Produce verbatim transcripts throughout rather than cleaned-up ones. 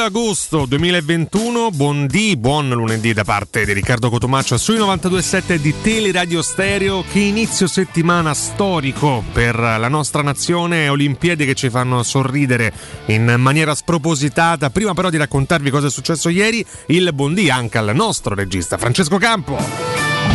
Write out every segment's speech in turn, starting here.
agosto duemilaventuno, buondì, buon lunedì da parte di Riccardo Cotomaccio sui novantadue virgola sette di Teleradio Stereo. Che inizio settimana storico per la nostra nazione, Olimpiadi che ci fanno sorridere in maniera spropositata. Prima però di raccontarvi cosa è successo ieri, il buondì anche al nostro regista Francesco Campo.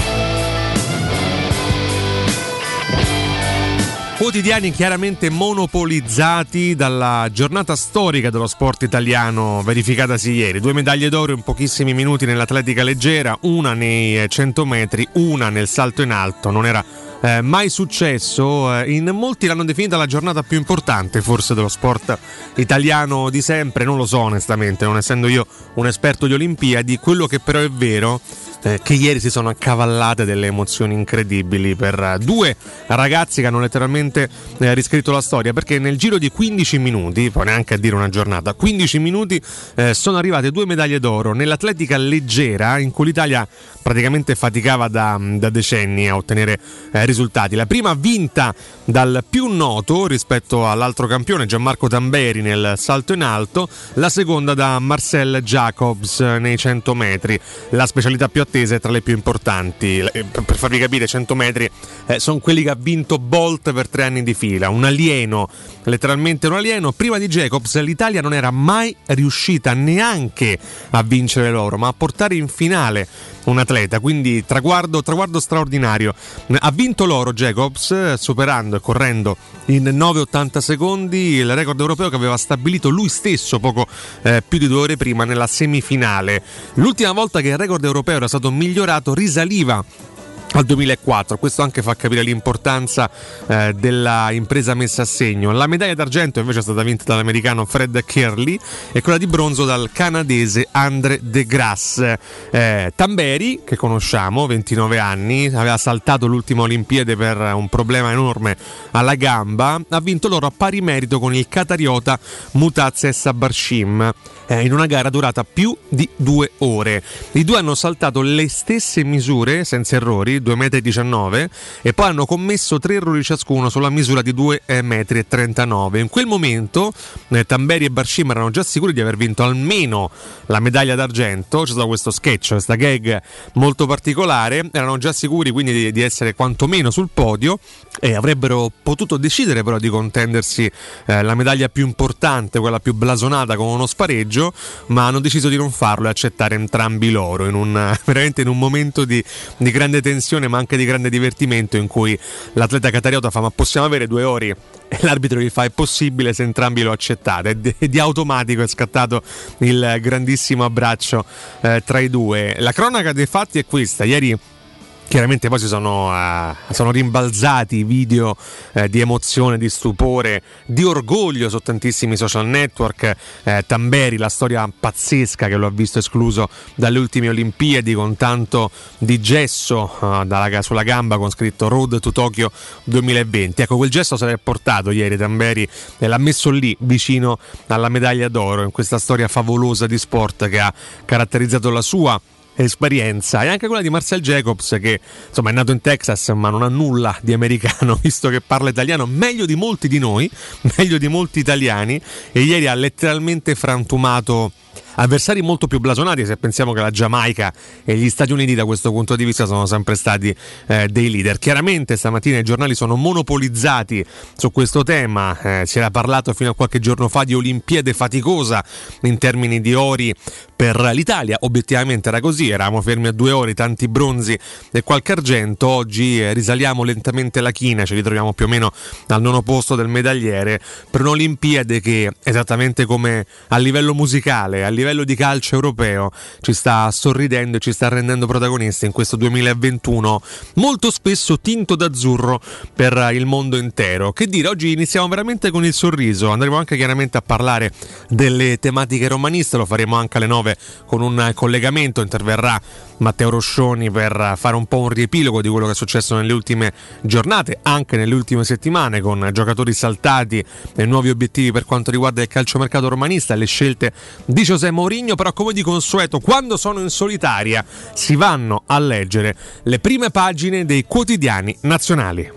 Quotidiani chiaramente monopolizzati dalla giornata storica dello sport italiano verificatasi ieri. Due medaglie d'oro in pochissimi minuti nell'atletica leggera, una nei cento metri, una nel salto in alto. Non era eh, mai successo, eh, in molti l'hanno definita la giornata più importante forse dello sport italiano di sempre. Non lo so onestamente, non essendo io un esperto di Olimpiadi. Quello che però è vero eh, che ieri si sono accavallate delle emozioni incredibili per due ragazzi che hanno letteralmente eh, riscritto la storia, perché nel giro di quindici minuti, poi neanche a dire una giornata, quindici minuti eh, sono arrivate due medaglie d'oro nell'atletica leggera, in cui l'Italia praticamente faticava da, da decenni a ottenere eh, risultati. La prima vinta dal più noto rispetto all'altro campione Gianmarco Tamberi nel salto in alto, la seconda da Marcel Jacobs nei cento metri, la specialità più attesa è tra le più importanti. Per farvi capire, cento metri eh, sono quelli che ha vinto Bolt per tre anni di fila, un alieno, letteralmente un alieno. Prima di Jacobs l'Italia non era mai riuscita neanche a vincere l'oro, ma a portare in finale un atleta, quindi traguardo, traguardo straordinario. Ha vinto l'oro Jacobs superando e correndo in nove virgola ottanta secondi il record europeo che aveva stabilito lui stesso poco eh, più di due ore prima nella semifinale. L'ultima volta che il record europeo era stato migliorato risaliva al duemilaquattro, questo anche fa capire l'importanza eh, della impresa messa a segno. La medaglia d'argento invece è stata vinta dall'americano Fred Kerley e quella di bronzo dal canadese Andre De Grasse. eh, Tamberi, che conosciamo, ventinove anni, aveva saltato l'ultima Olimpiade per un problema enorme alla gamba, ha vinto l'oro a pari merito con il qatariota Mutaz Essabarshim eh, in una gara durata più di due ore. I due hanno saltato le stesse misure senza errori, due virgola diciannove metri, e poi hanno commesso tre errori ciascuno sulla misura di due virgola trentanove metri. In quel momento eh, Tamberi e Barshim erano già sicuri di aver vinto almeno la medaglia d'argento. C'è stato questo sketch, questa gag molto particolare, erano già sicuri quindi di, di essere quantomeno sul podio e avrebbero potuto decidere però di contendersi eh, la medaglia più importante, quella più blasonata, con uno spareggio, ma hanno deciso di non farlo e accettare entrambi l'oro in un veramente in un momento di, di grande tensione ma anche di grande divertimento, in cui l'atleta qatariota fa: ma possiamo avere due ori? E l'arbitro gli fa: è possibile se entrambi lo accettate. E di, di automatico è scattato il grandissimo abbraccio eh, tra i due. La cronaca dei fatti è questa: ieri chiaramente poi si sono, uh, sono rimbalzati video eh, di emozione, di stupore, di orgoglio su tantissimi social network. eh, Tamberi, la storia pazzesca che lo ha visto escluso dalle ultime Olimpiadi, con tanto di gesso uh, dalla, sulla gamba con scritto Road to Tokyo duemilaventi. Ecco, quel gesto se l'è portato ieri Tamberi e l'ha messo lì vicino alla medaglia d'oro, in questa storia favolosa di sport che ha caratterizzato la sua esperienza, e anche quella di Marcel Jacobs, che insomma è nato in Texas ma non ha nulla di americano, visto che parla italiano meglio di molti di noi, meglio di molti italiani, e ieri ha letteralmente frantumato avversari molto più blasonati, se pensiamo che la Giamaica e gli Stati Uniti da questo punto di vista sono sempre stati eh, dei leader. Chiaramente stamattina i giornali sono monopolizzati su questo tema, eh, si era parlato fino a qualche giorno fa di Olimpiade faticosa in termini di ori per l'Italia. Obiettivamente era così, eravamo fermi a due ori, tanti bronzi e qualche argento. Oggi eh, risaliamo lentamente la china, ci ritroviamo più o meno al nono posto del medagliere per un'Olimpiade che, esattamente come a livello musicale, a livello di calcio europeo, ci sta sorridendo e ci sta rendendo protagonisti in questo duemilaventuno molto spesso tinto d'azzurro per il mondo intero. Che dire, oggi iniziamo veramente con il sorriso, andremo anche chiaramente a parlare delle tematiche romaniste, lo faremo anche alle nove con un collegamento, interverrà Matteo Roscioni per fare un po' un riepilogo di quello che è successo nelle ultime giornate, anche nelle ultime settimane, con giocatori saltati e nuovi obiettivi per quanto riguarda il calciomercato romanista e le scelte di José Mourinho. Però, come di consueto, quando sono in solitaria si vanno a leggere le prime pagine dei quotidiani nazionali.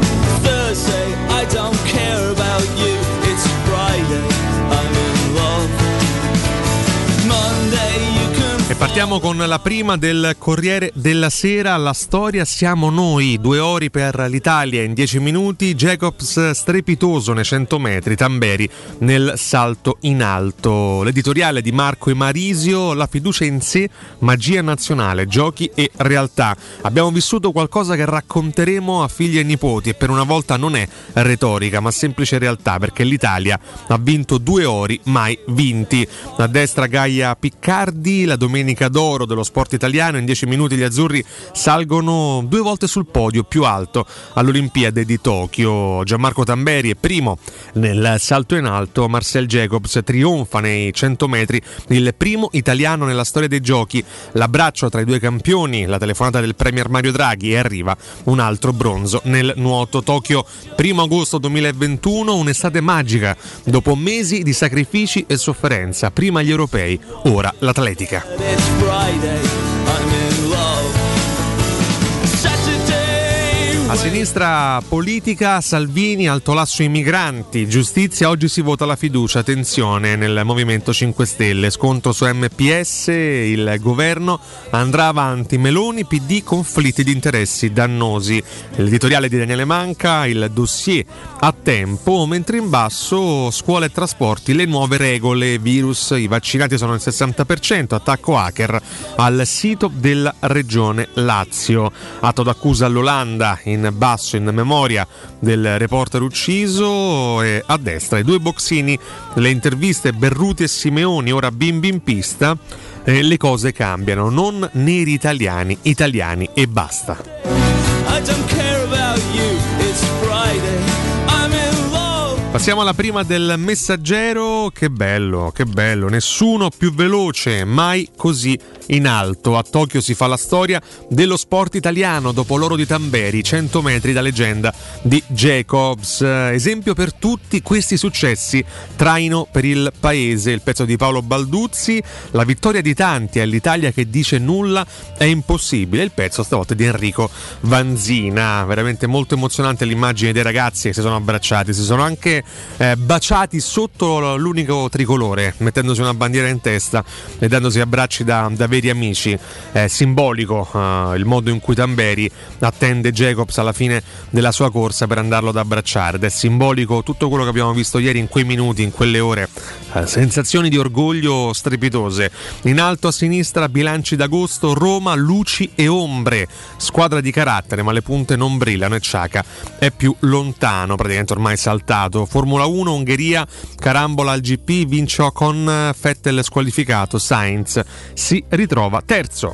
Thursday, I don't care about you. It's Friday, I'm in love. Partiamo con la prima del Corriere della Sera, la storia siamo noi, due ori per l'Italia in dieci minuti, Jacobs strepitoso nei cento metri, Tamberi nel salto in alto. L'editoriale di Marco Emarisio, la fiducia in sé, magia nazionale, giochi e realtà. Abbiamo vissuto qualcosa che racconteremo a figli e nipoti e per una volta non è retorica ma semplice realtà, perché l'Italia ha vinto due ori mai vinti. A destra Gaia Piccardi, la domenica d'oro dello sport italiano, in dieci minuti gli azzurri salgono due volte sul podio più alto all'Olimpiade di Tokyo. Gianmarco Tamberi è primo nel salto in alto, Marcel Jacobs trionfa nei cento metri, il primo italiano nella storia dei giochi. L'abbraccio tra i due campioni, la telefonata del premier Mario Draghi e arriva un altro bronzo nel nuoto. Tokyo primo agosto duemilaventuno, un'estate magica dopo mesi di sacrifici e sofferenza, prima gli europei, ora l'atletica. A sinistra politica, Salvini, alto lasso ai migranti, giustizia, oggi si vota la fiducia, tensione nel Movimento cinque Stelle, scontro su M P S, il governo andrà avanti, Meloni, P D, conflitti di interessi dannosi. L'editoriale di Daniele Manca, il dossier a tempo, mentre in basso scuola e trasporti, le nuove regole, virus, i vaccinati sono il sessanta per cento, attacco hacker al sito della regione Lazio, atto d'accusa all'Olanda, in basso in memoria del reporter ucciso, e a destra i due boxini, le interviste Berruti e Simeoni, ora bimbi in pista, e le cose cambiano, non neri italiani, italiani e basta. I don't care about you, it's Friday, I'm in love. Passiamo alla prima del Messaggero, che bello, che bello, nessuno più veloce, mai così in alto. A Tokyo si fa la storia dello sport italiano dopo l'oro di Tamberi, cento metri da leggenda di Jacobs. Esempio per tutti questi successi, traino per il paese, il pezzo di Paolo Balduzzi, la vittoria di tanti all'Italia che dice nulla è impossibile, il pezzo stavolta di Enrico Vanzina. Veramente molto emozionante l'immagine dei ragazzi che si sono abbracciati, si sono anche eh, baciati sotto l'unico tricolore, mettendosi una bandiera in testa e dandosi abbracci da, da veri amici. È simbolico uh, il modo in cui Tamberi attende Jacobs alla fine della sua corsa per andarlo ad abbracciare, ed è simbolico tutto quello che abbiamo visto ieri in quei minuti, in quelle ore, uh, sensazioni di orgoglio strepitose. In alto a sinistra bilanci d'agosto, Roma, luci e ombre, squadra di carattere ma le punte non brillano e Ciaca è più lontano, praticamente ormai saltato. Formula uno, Ungheria, carambola al G P, vince con Vettel squalificato, Sainz si ritrova terzo.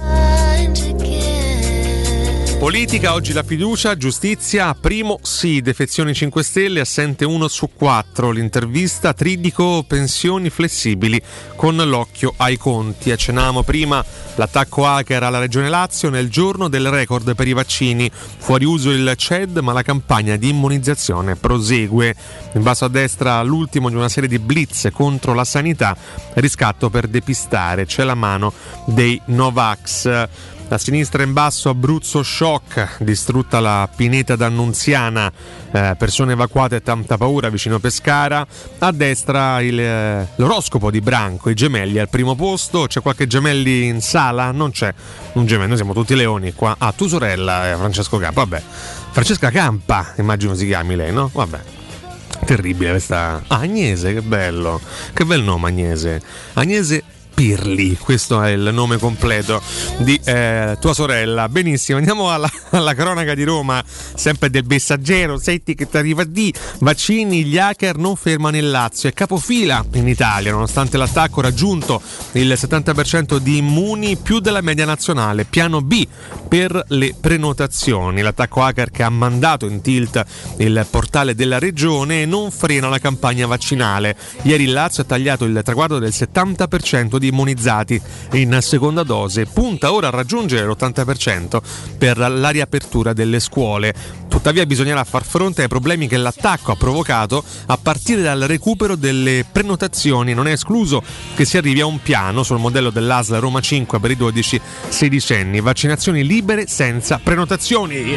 Politica, oggi la fiducia, giustizia, primo sì, defezioni cinque Stelle, assente uno su quattro, l'intervista, Tridico, pensioni flessibili con l'occhio ai conti. Accennavamo prima l'attacco hacker alla Regione Lazio nel giorno del record per i vaccini, fuori uso il C E D ma la campagna di immunizzazione prosegue. In basso a destra l'ultimo di una serie di blitz contro la sanità, riscatto per depistare, c'è la mano dei Novax. A sinistra in basso Abruzzo shock, distrutta la pineta d'Annunziana, eh, persone evacuate e tanta paura vicino Pescara. A destra il, eh, l'oroscopo di Branco, i gemelli al primo posto. C'è qualche gemelli in sala? Non c'è un gemello, noi siamo tutti leoni qua. Ah, tu sorella, eh, Francesco Campa, vabbè. Francesca Campa, immagino si chiami lei, no? Vabbè. Terribile questa. Ah, Agnese, che bello. Che bel nome Agnese. Agnese Pirli, questo è il nome completo di eh, tua sorella. Benissimo, andiamo alla, alla cronaca di Roma, sempre del Messaggero. Senti che ti arriva di vaccini, gli hacker non fermano il Lazio, è capofila in Italia nonostante l'attacco, raggiunto il settanta per cento di immuni, più della media nazionale. Piano B per le prenotazioni, l'attacco hacker che ha mandato in tilt il portale della regione non frena la campagna vaccinale. Ieri il Lazio ha tagliato il traguardo del settanta per cento di immunizzati in seconda dose, punta ora a raggiungere l'ottanta per cento per la riapertura delle scuole. Tuttavia bisognerà far fronte ai problemi che l'attacco ha provocato a partire dal recupero delle prenotazioni. Non è escluso che si arrivi a un piano sul modello dell'A S L Roma cinque per i dodici sedicenni, vaccinazioni libere senza prenotazioni.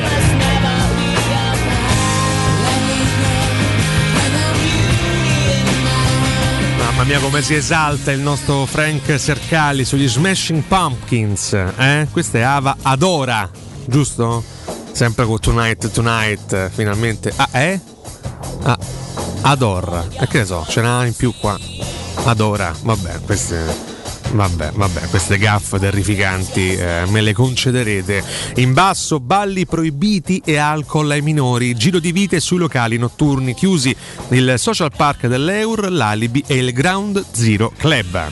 Mamma mia come si esalta il nostro Frank Sercalli sugli Smashing Pumpkins, eh? Questa è Ava Adora, giusto? Sempre con Tonight Tonight, finalmente. Ah, eh? Ah, Adora. E che ne so, ce n'ha in più qua. Adora, vabbè, queste... Vabbè, vabbè, queste gaffe terrificanti eh, me le concederete. In basso, balli proibiti e alcol ai minori. Giro di vite sui locali notturni chiusi. Il Social Park dell'Eur, l'Alibi e il Ground Zero Club.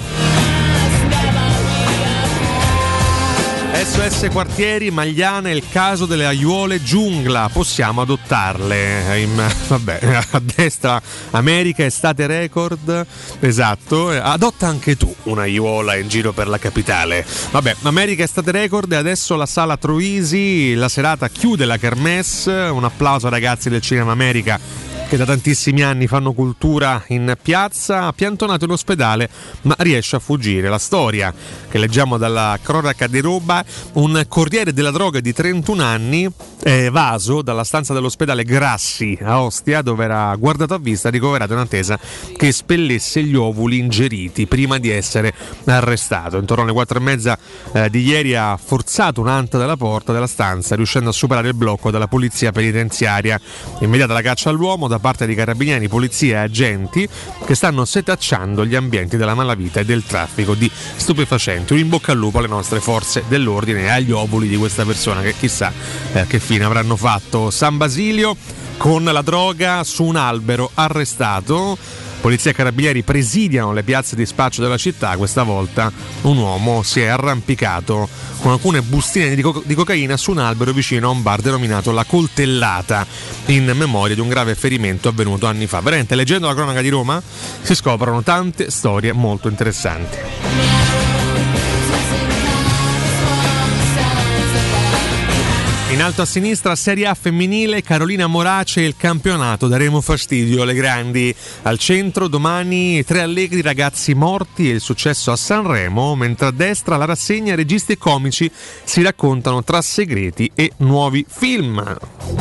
S O S Quartieri, Magliana, è il caso delle aiuole giungla, possiamo adottarle. In, vabbè, a destra America, estate record, esatto, adotta anche tu un'aiuola in giro per la capitale. Vabbè, America, estate record, e adesso la sala Troisi, la serata chiude la kermesse. Un applauso ai ragazzi del Cinema America che da tantissimi anni fanno cultura in piazza. Ha piantonato in ospedale ma riesce a fuggire. La storia che leggiamo dalla cronaca di Roba: un corriere della droga di trentuno anni è evaso dalla stanza dell'ospedale Grassi a Ostia, dove era guardato a vista, ricoverato in attesa che espellesse gli ovuli ingeriti prima di essere arrestato. Intorno alle quattro e mezza eh, di ieri ha forzato un'anta della porta della stanza, riuscendo a superare il blocco della polizia penitenziaria. Immediata la caccia all'uomo da parte di carabinieri, polizia e agenti che stanno setacciando gli ambienti della malavita e del traffico di stupefacenti. Un in bocca al lupo alle nostre forze dell'ordine e agli ovuli di questa persona che chissà eh, che fine avranno fatto. San Basilio con la droga su un albero, arrestato. Polizia e carabinieri presidiano le piazze di spaccio della città. Questa volta un uomo si è arrampicato con alcune bustine di, co- di cocaina su un albero vicino a un bar denominato La Coltellata, in memoria di un grave ferimento avvenuto anni fa. Veramente, leggendo la cronaca di Roma si scoprono tante storie molto interessanti. In alto a sinistra, Serie A femminile, Carolina Morace e il campionato. Daremo fastidio alle grandi. Al centro domani tre allegri ragazzi morti e il successo a Sanremo, mentre a destra la rassegna registi e comici si raccontano tra segreti e nuovi film.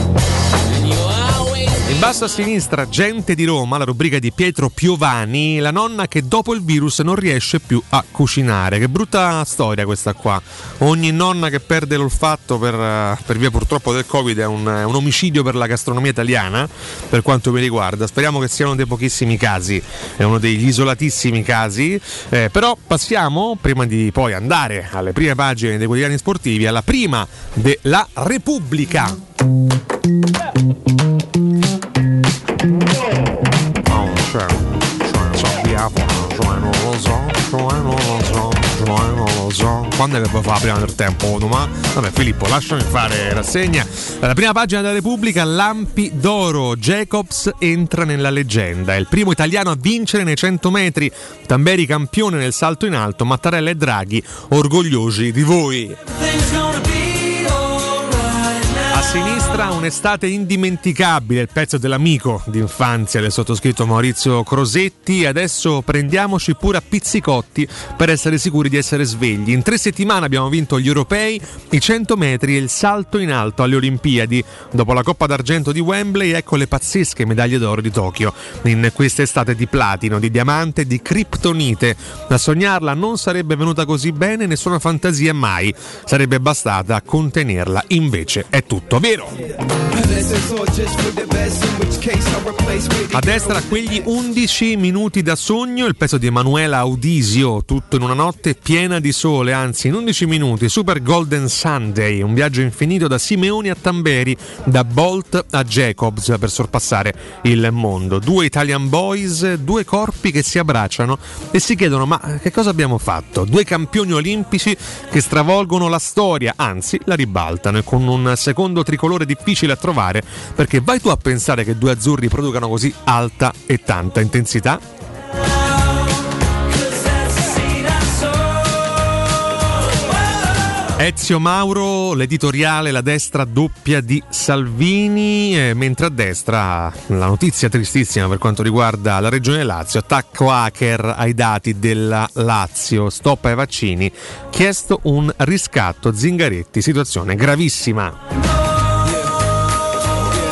In basso a sinistra, Gente di Roma, la rubrica di Pietro Piovani, la nonna che dopo il virus non riesce più a cucinare. Che brutta storia questa qua. Ogni nonna che perde l'olfatto per, per via purtroppo del Covid è un, un omicidio per la gastronomia italiana, per quanto mi riguarda. Speriamo che sia uno dei pochissimi casi, è uno degli isolatissimi casi. Eh, però passiamo, prima di poi andare alle prime pagine dei quotidiani sportivi, alla prima della Repubblica. Quando è che fa la prima del tempo? Domani? Vabbè, Filippo, lasciami fare rassegna. La prima pagina della Repubblica, lampi d'oro. Jacobs entra nella leggenda. È il primo italiano a vincere nei cento metri. Tamberi campione nel salto in alto. Mattarella e Draghi orgogliosi di voi. A sinistra, un'estate indimenticabile, il pezzo dell'amico d'infanzia del sottoscritto Maurizio Crosetti. Adesso prendiamoci pure a pizzicotti per essere sicuri di essere svegli. In tre settimane abbiamo vinto gli europei, i cento metri e il salto in alto alle Olimpiadi. Dopo la Coppa d'Argento di Wembley, ecco le pazzesche medaglie d'oro di Tokyo. In quest'estate di platino, di diamante, di criptonite. A sognarla non sarebbe venuta così bene, nessuna fantasia mai sarebbe bastata a contenerla. Invece è tutto vero. A destra, quegli undici minuti da sogno, il pezzo di Emanuela Audisio, tutto in una notte piena di sole, anzi in undici minuti, Super Golden Sunday, un viaggio infinito da Simeoni a Tamberi, da Bolt a Jacobs per sorpassare il mondo. Due Italian Boys, due corpi che si abbracciano e si chiedono: ma che cosa abbiamo fatto? Due campioni olimpici che stravolgono la storia, anzi la ribaltano, e con un secondo tricolore difficile a trovare, perché vai tu a pensare che due azzurri producano così alta e tanta intensità. Ezio Mauro, l'editoriale La destra doppia di Salvini, eh, mentre a destra la notizia tristissima per quanto riguarda la regione Lazio: attacco hacker ai dati della Lazio, stop ai vaccini, chiesto un riscatto Zingaretti, situazione gravissima.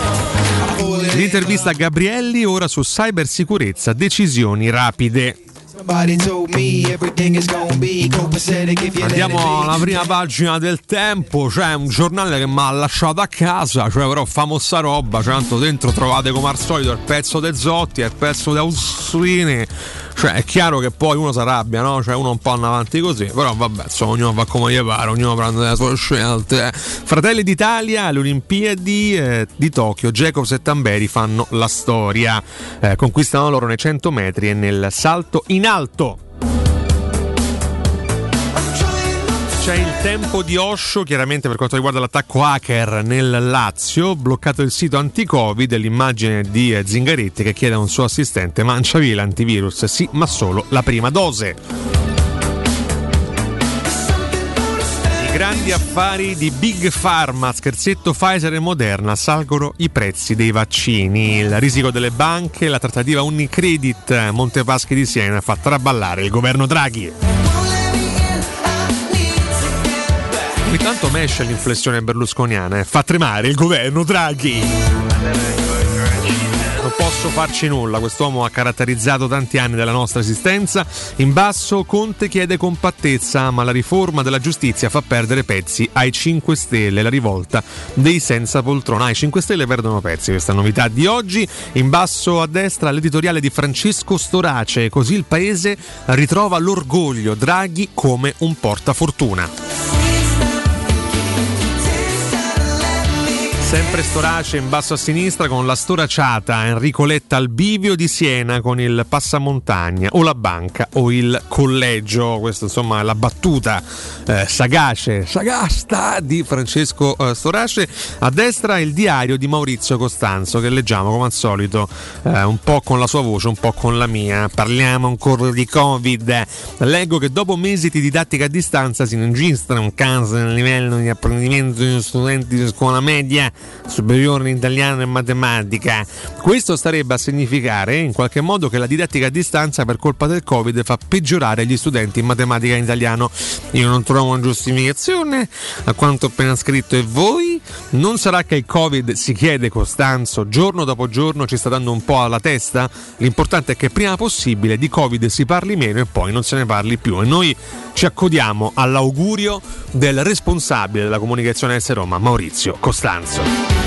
L'intervista a Gabrielli, ora su cybersicurezza, decisioni rapide. Andiamo alla prima pagina del Tempo, c'è un giornale che mi ha lasciato a casa, cioè però famosa roba, cioè tanto dentro trovate come al solito il pezzo de Zotti e il pezzo de Aussini. Cioè è chiaro che poi uno si arrabbia, no? Cioè uno un po' avanti così, però vabbè, insomma, ognuno fa come gli pare, ognuno prende le sue scelte. Fratelli d'Italia alle Olimpiadi eh, di Tokyo, Jacobs e Tamberi fanno la storia, eh, conquistano loro nei cento metri e nel salto in alto. C'è il Tempo di Osho, chiaramente per quanto riguarda l'attacco hacker nel Lazio, bloccato il sito anti-Covid, l'immagine di Zingaretti che chiede a un suo assistente: mancia via l'antivirus, sì, ma solo la prima dose. I grandi affari di Big Pharma, scherzetto Pfizer e Moderna, salgono i prezzi dei vaccini, il risico delle banche, la trattativa Unicredit, Montepaschi di Siena fa traballare il governo Draghi. Ogni tanto me esce l'inflessione berlusconiana, eh. Fa tremare il governo Draghi. Non posso farci nulla, quest'uomo ha caratterizzato tanti anni della nostra esistenza. In basso Conte chiede compattezza, ma la riforma della giustizia fa perdere pezzi ai cinque Stelle, la rivolta dei senza poltrona. Ah, i cinque Stelle perdono pezzi, questa novità di oggi. In basso a destra l'editoriale di Francesco Storace, così il paese ritrova l'orgoglio, Draghi come un portafortuna. Sempre Storace in basso a sinistra con la storaciata Enrico Letta al bivio di Siena con il passamontagna o la banca o il collegio. Questa insomma è la battuta eh, sagace, sagasta di Francesco eh, Storace. A destra il diario di Maurizio Costanzo che leggiamo come al solito eh, un po' con la sua voce, un po' con la mia. Parliamo ancora di Covid. Leggo che dopo mesi di didattica a distanza si registra un caso nel livello di apprendimento degli studenti di scuola media superiore in italiano e matematica. Questo starebbe a significare in qualche modo che la didattica a distanza per colpa del Covid fa peggiorare gli studenti in matematica e in italiano. Io non trovo una giustificazione a quanto ho appena scritto, e voi? Non sarà che il Covid, si chiede Costanzo, giorno dopo giorno ci sta dando un po' alla testa? L'importante è che prima possibile di Covid si parli meno e poi non se ne parli più, e noi ci accodiamo all'augurio del responsabile della comunicazione S Roma, Maurizio Costanzo.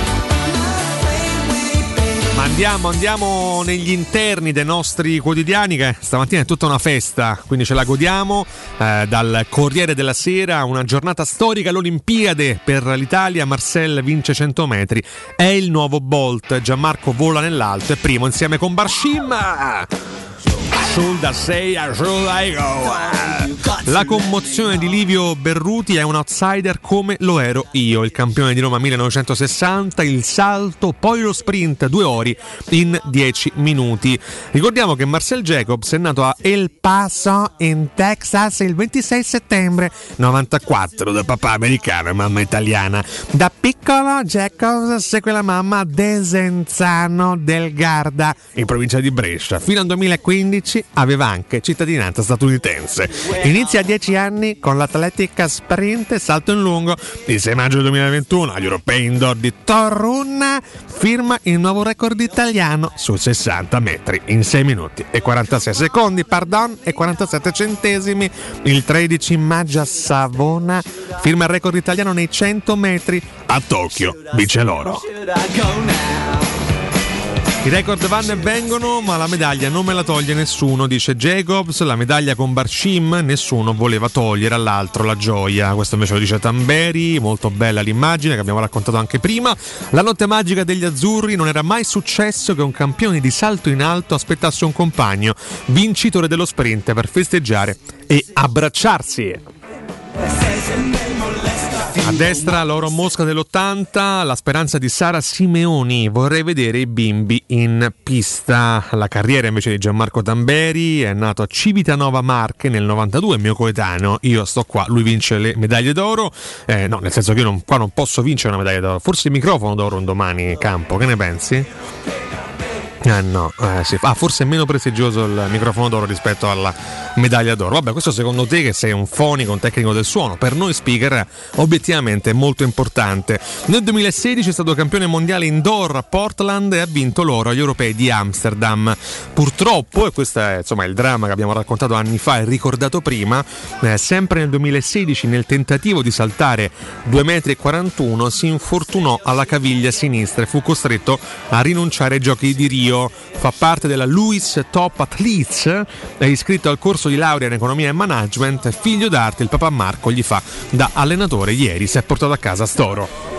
Ma andiamo, andiamo negli interni dei nostri quotidiani, che stamattina è tutta una festa, quindi ce la godiamo. Eh, dal Corriere della Sera, una giornata storica all'Olimpiade per l'Italia. Marcel vince cento metri, è il nuovo Bolt. Gianmarco vola nell'alto, è primo insieme con Barshim. Should say, should I go? La commozione di Livio Berruti, è un outsider come lo ero io, il campione di Roma millenovecentosessanta, il salto, poi lo sprint, due ori in dieci minuti. Ricordiamo che Marcel Jacobs è nato a El Paso in Texas il ventisei settembre novantaquattro, da papà americano e mamma italiana. Da piccolo Jacobs segue la mamma a Desenzano del Garda in provincia di Brescia. Fino al duemilaquindici aveva anche cittadinanza statunitense. Inizia a dieci anni con l'atletica sprint e salto in lungo. Il sei maggio duemilaventuno agli Europei Indoor di Torunna firma il nuovo record italiano su sessanta metri in sei minuti e quarantasei secondi, pardon, e quarantasette centesimi. Il tredici maggio a Savona firma il record italiano nei cento metri. A Tokyo vince l'oro. I record vanno e vengono, ma la medaglia non me la toglie nessuno, dice Jacobs. La medaglia con Barshim nessuno voleva togliere all'altro la gioia. Questo invece lo dice Tamberi. Molto bella l'immagine che abbiamo raccontato anche prima. La notte magica degli azzurri: non era mai successo che un campione di salto in alto aspettasse un compagno vincitore dello sprint per festeggiare e abbracciarsi. A destra l'oro Mosca dell'ottanta, la speranza di Sara Simeoni: vorrei vedere i bimbi in pista. La carriera invece di Gianmarco Tamberi: è nato a Civitanova Marche nel novantadue, mio coetaneo, io sto qua, lui vince le medaglie d'oro. Eh, no, nel senso che io non, qua non posso vincere una medaglia d'oro, forse il microfono d'oro un domani, Campo, che ne pensi? Eh no, eh, sì. ah, forse è meno prestigioso il microfono d'oro rispetto alla medaglia d'oro. Vabbè, questo secondo te che sei un fonico, un tecnico del suono, per noi speaker obiettivamente è molto importante. Nel duemilasedici è stato campione mondiale indoor a Portland e ha vinto l'oro agli europei di Amsterdam. Purtroppo, e questo è insomma il dramma che abbiamo raccontato anni fa e ricordato prima, eh, sempre nel duemilasedici nel tentativo di saltare due metri e quarantuno si infortunò alla caviglia sinistra e fu costretto a rinunciare ai giochi di Rio. Fa parte della Lewis Top Athletes, è iscritto al corso di laurea in economia e management, figlio d'arte, il papà Marco gli fa da allenatore, ieri si è portato a casa st'oro.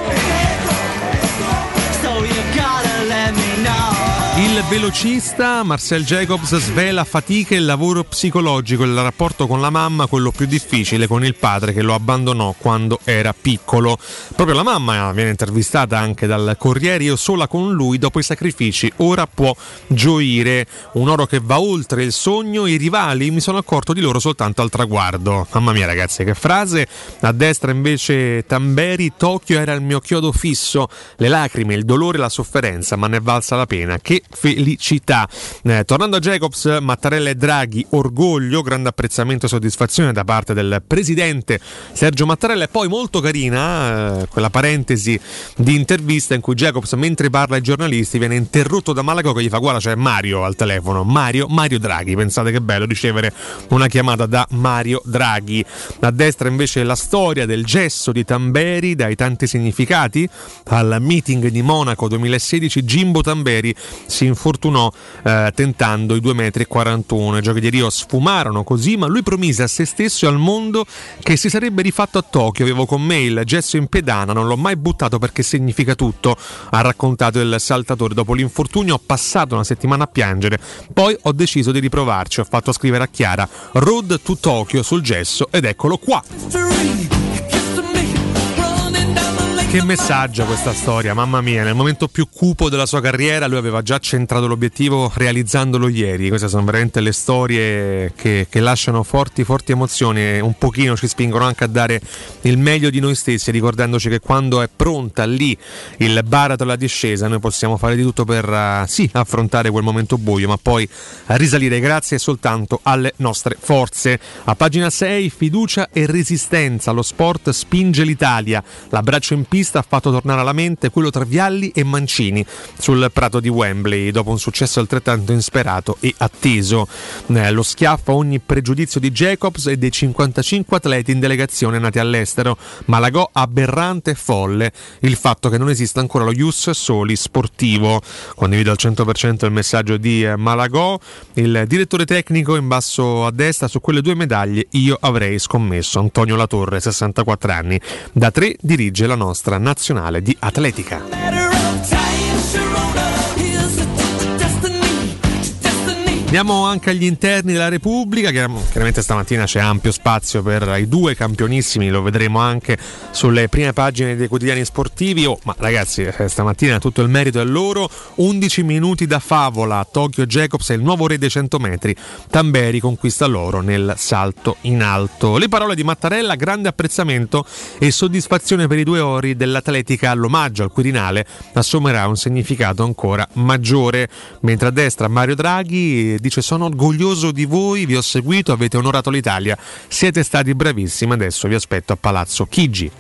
Il velocista Marcel Jacobs svela fatica e il lavoro psicologico, il rapporto con la mamma, quello più difficile con il padre che lo abbandonò quando era piccolo. Proprio la mamma viene intervistata anche dal Corriere, io sola con lui dopo i sacrifici, ora può gioire, un oro che va oltre il sogno, i rivali mi sono accorto di loro soltanto al traguardo. Mamma mia ragazzi, che frase. A destra invece Tamberi, Tokyo era il mio chiodo fisso, le lacrime, il dolore, la sofferenza, ma ne è valsa la pena. Che felicità. Eh, tornando a Jacobs, Mattarella e Draghi, orgoglio, grande apprezzamento e soddisfazione da parte del presidente Sergio Mattarella. E poi molto carina eh, quella parentesi di intervista in cui Jacobs, mentre parla ai giornalisti, viene interrotto da Malagò che gli fa: guarda, c'è Mario al telefono, Mario, Mario Draghi. Pensate che bello ricevere una chiamata da Mario Draghi. A destra invece la storia del gesso di Tamberi, dai tanti significati. Al meeting di Monaco duemilasedici Jimbo Tamberi si infortunò eh, tentando i due metri e quarantuno. I giochi di Rio sfumarono così, ma lui promise a se stesso e al mondo che si sarebbe rifatto a Tokyo. Avevo con me il gesso in pedana, non l'ho mai buttato perché significa tutto, ha raccontato il saltatore. Dopo l'infortunio ho passato una settimana a piangere, poi ho deciso di riprovarci, ho fatto scrivere a Chiara Road to Tokyo sul gesso ed eccolo qua. Che messaggio questa storia, mamma mia, nel momento più cupo della sua carriera lui aveva già centrato l'obiettivo realizzandolo ieri. Queste sono veramente le storie che, che lasciano forti forti emozioni e un pochino ci spingono anche a dare il meglio di noi stessi, ricordandoci che quando è pronta lì il baratro alla discesa noi possiamo fare di tutto per uh, sì affrontare quel momento buio, ma poi risalire grazie soltanto alle nostre forze. A pagina sei, fiducia e resistenza, lo sport spinge l'Italia, l'abbraccio in pista ha fatto tornare alla mente quello tra Vialli e Mancini sul prato di Wembley dopo un successo altrettanto insperato e atteso. Eh, lo schiaffo a ogni pregiudizio di Jacobs e dei cinquantacinque atleti in delegazione nati all'estero. Malagò aberrante e folle il fatto che non esista ancora lo Ius Soli sportivo. Condivido al cento per cento il messaggio di eh, Malagò. Il direttore tecnico in basso a destra: su quelle due medaglie io avrei scommesso. Antonio Latorre, sessantaquattro anni, da tre dirige la nostra nazionale di atletica. Andiamo anche agli interni della Repubblica. Chiaramente stamattina c'è ampio spazio per i due campionissimi, lo vedremo anche sulle prime pagine dei quotidiani sportivi. Oh, ma ragazzi, stamattina tutto il merito è loro. undici minuti da favola, Tokyo Jacobs è il nuovo re dei cento metri, Tamberi conquista l'oro nel salto in alto. Le parole di Mattarella: grande apprezzamento e soddisfazione per i due ori dell'atletica, l'omaggio al Quirinale assumerà un significato ancora maggiore. Mentre a destra Mario Draghi dice: sono orgoglioso di voi, vi ho seguito, avete onorato l'Italia, siete stati bravissimi, adesso vi aspetto a Palazzo Chigi.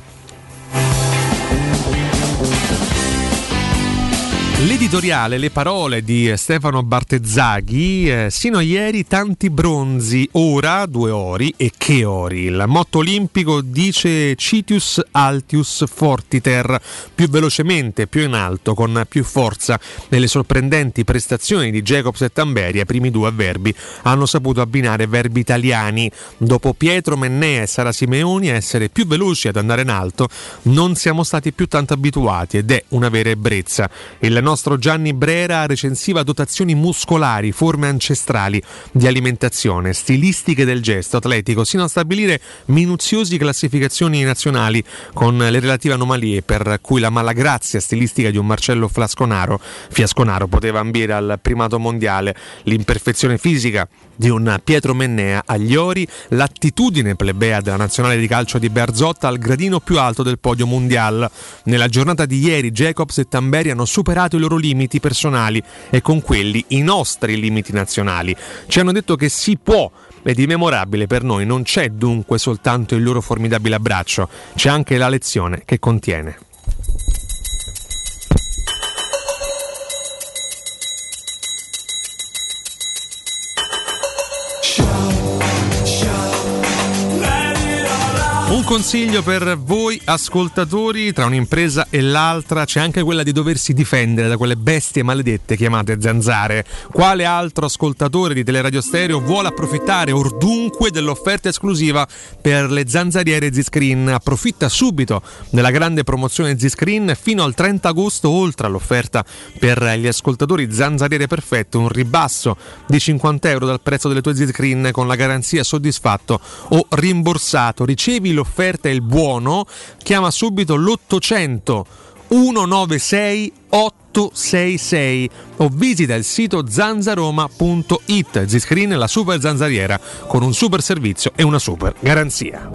L'editoriale, le parole di Stefano Bartezzaghi, eh, sino a ieri tanti bronzi, ora due ori, e che ori. Il motto olimpico dice Citius Altius Fortiter, più velocemente, più in alto, con più forza. Nelle sorprendenti prestazioni di Jacobs e Tamberi ai primi due avverbi hanno saputo abbinare verbi italiani. Dopo Pietro Mennea e Sara Simeoni a essere più veloci, ad andare in alto, non siamo stati più tanto abituati ed è una vera ebbrezza. Il nostro Gianni Brera recensiva dotazioni muscolari, forme ancestrali di alimentazione, stilistiche del gesto atletico, sino a stabilire minuziosi classificazioni nazionali con le relative anomalie, per cui la malagrazia stilistica di un Marcello Flasconaro, Fiasconaro poteva ambire al primato mondiale. L'imperfezione fisica di un Pietro Mennea agli ori, l'attitudine plebea della nazionale di calcio di Bearzot al gradino più alto del podio mondial. Nella giornata di ieri Jacobs e Tamberi hanno superato i loro limiti personali e con quelli i nostri limiti nazionali. Ci hanno detto che si può, ed immemorabile per noi non c'è dunque soltanto il loro formidabile abbraccio, c'è anche la lezione che contiene. Un consiglio per voi ascoltatori: tra un'impresa e l'altra c'è anche quella di doversi difendere da quelle bestie maledette chiamate zanzare. Quale altro ascoltatore di Teleradio Stereo vuole approfittare ordunque dell'offerta esclusiva per le zanzariere Z-Screen? Approfitta subito della grande promozione Z-Screen fino al trenta agosto. Oltre all'offerta per gli ascoltatori zanzariere perfette, un ribasso di cinquanta euro dal prezzo delle tue Z-Screen con la garanzia soddisfatto o rimborsato. Ricevi l'offerta e il buono, chiama subito l'ottocento centonovantasei ottocentosessantasei o visita il sito zanzaroma punto it. Z-Screen, la super zanzariera con un super servizio e una super garanzia.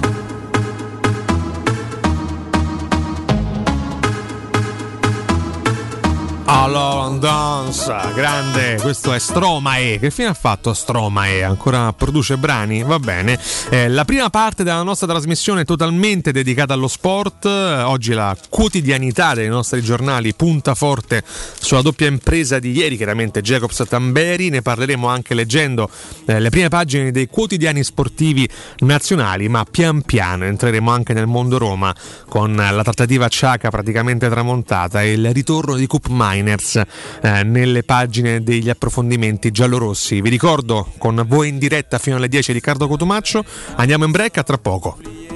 Allora, danza, grande, questo è Stromae. Che fine ha fatto Stromae? Ancora produce brani? Va bene. Eh, la prima parte della nostra trasmissione è totalmente dedicata allo sport. Oggi la quotidianità dei nostri giornali punta forte sulla doppia impresa di ieri, chiaramente Jacobs Tamberi. Ne parleremo anche leggendo eh, le prime pagine dei quotidiani sportivi nazionali, ma pian piano entreremo anche nel mondo Roma con la trattativa Ciaca praticamente tramontata e il ritorno di Cup Miners eh, nelle pagine degli approfondimenti giallorossi. Vi ricordo, con voi in diretta fino alle dieci Riccardo Cotumaccio. Andiamo in break, a tra poco.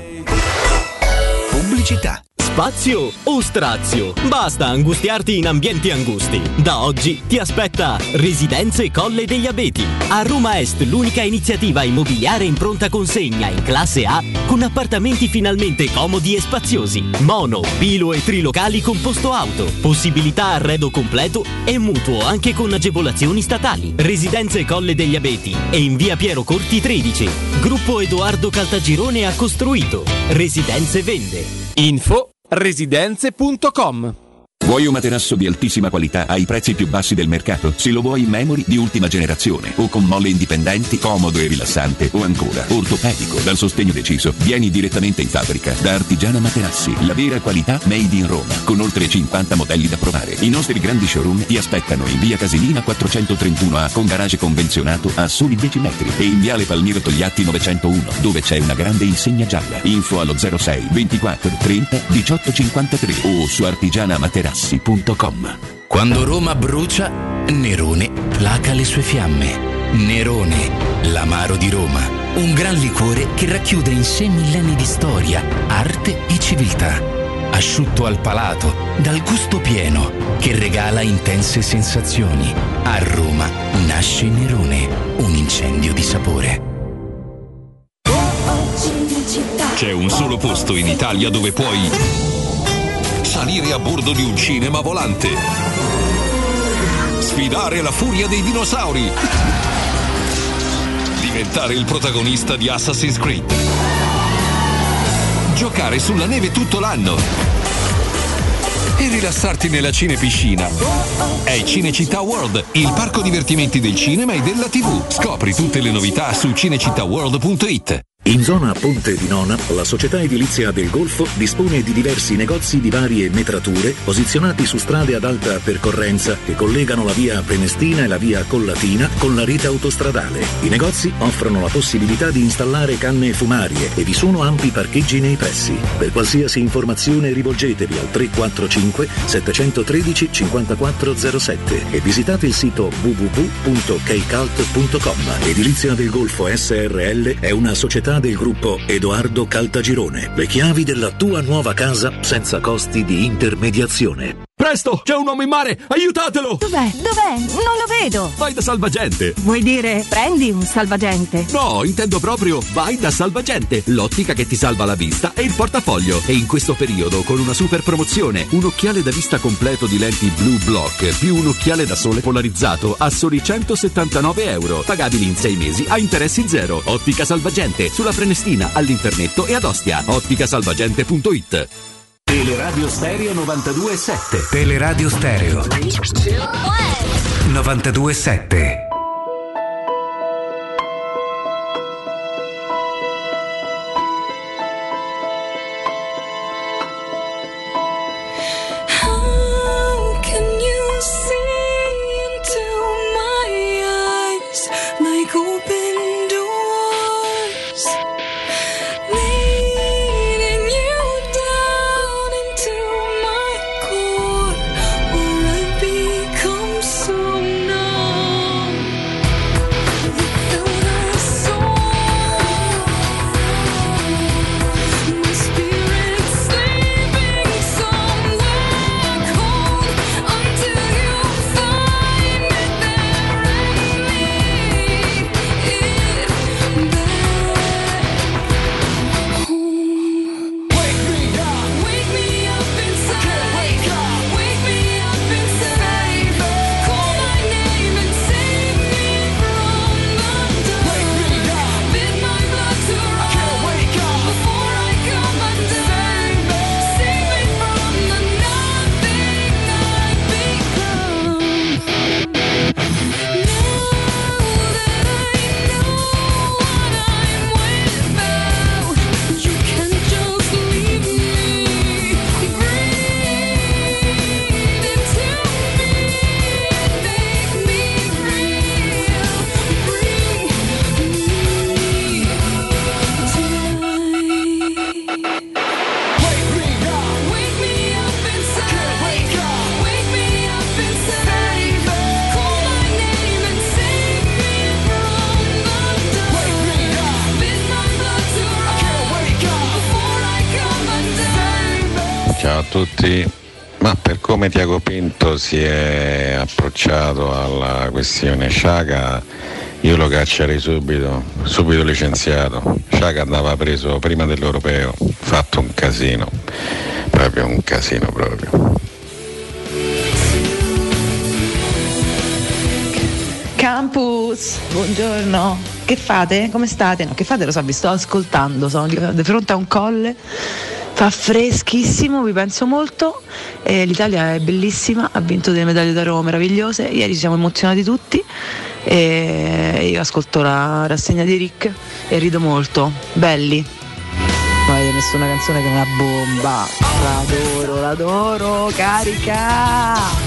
Pubblicità. Spazio o strazio? Basta angustiarti in ambienti angusti. Da oggi ti aspetta Residenze Colle degli Abeti. A Roma Est, l'unica iniziativa immobiliare in pronta consegna in classe A con appartamenti finalmente comodi e spaziosi. Mono, bilo e trilocali con posto auto. Possibilità arredo completo e mutuo anche con agevolazioni statali. Residenze Colle degli Abeti e in via Piero Corti tredici. Gruppo Edoardo Caltagirone ha costruito. Residenze vende. Info residenze punto com. Vuoi un materasso di altissima qualità ai prezzi più bassi del mercato? Se lo vuoi in memory di ultima generazione o con molle indipendenti, comodo e rilassante, o ancora ortopedico dal sostegno deciso, vieni direttamente in fabbrica da Artigiana Materassi, la vera qualità made in Roma, con oltre cinquanta modelli da provare. I nostri grandi showroom ti aspettano in via Casilina quattrocentotrentuno A con garage convenzionato a soli dieci metri e in viale Palmiro Togliatti novecentouno, dove c'è una grande insegna gialla. Info allo zero sei ventiquattro trenta diciotto cinquantatré o su artigiana materassi punto com. Quando Roma brucia, Nerone placa le sue fiamme. Nerone, l'amaro di Roma, un gran liquore che racchiude in sé millenni di storia, arte e civiltà. Asciutto al palato, dal gusto pieno, che regala intense sensazioni. A Roma nasce Nerone, un incendio di sapore. C'è un solo posto in Italia dove puoi salire a bordo di un cinema volante, sfidare la furia dei dinosauri, diventare il protagonista di Assassin's Creed, giocare sulla neve tutto l'anno e rilassarti nella cinepiscina. È Cinecittà World, il parco divertimenti del cinema e della tivù. Scopri tutte le novità su cinecittà world punto it. In zona Ponte di Nona, la società edilizia del Golfo dispone di diversi negozi di varie metrature posizionati su strade ad alta percorrenza che collegano la via Prenestina e la via Collatina con la rete autostradale. I negozi offrono la possibilità di installare canne fumarie e vi sono ampi parcheggi nei pressi. Per qualsiasi informazione rivolgetevi al tre quattro cinque sette uno tre cinque zero sette e visitate il sito w w w punto keicalt punto com. Edilizia del Golfo S R L è una società del gruppo Edoardo Caltagirone. Le chiavi della tua nuova casa senza costi di intermediazione. Presto, c'è un uomo in mare, aiutatelo! Dov'è? Dov'è? Non lo vedo! Vai da Salvagente! Vuoi dire prendi un salvagente? No, intendo proprio vai da Salvagente, l'ottica che ti salva la vista e il portafoglio. E in questo periodo con una super promozione, un occhiale da vista completo di lenti Blue Block più un occhiale da sole polarizzato a soli centosettantanove euro, pagabili in sei mesi a interessi zero. Ottica Salvagente, sulla Prenestina, all'Internetto e ad Ostia. otticasalvagente punto it. Teleradio Stereo novantadue virgola sette. Teleradio Stereo novantadue virgola sette. Ciao a tutti, ma per come Tiago Pinto si è approcciato alla questione Sciaga, io lo caccerei subito, subito licenziato. Sciaga andava preso prima dell'Europeo, fatto un casino, proprio un casino proprio. Campus, buongiorno, che fate? Come state? No, che fate? Lo so, vi sto ascoltando, sono di fronte a un colle. Fa freschissimo, vi penso molto, e l'Italia è bellissima, ha vinto delle medaglie d'oro meravigliose, ieri ci siamo emozionati tutti e io ascolto la rassegna di Rick e rido molto, belli. Non avete messo una canzone che è una bomba, l'adoro, l'adoro, carica!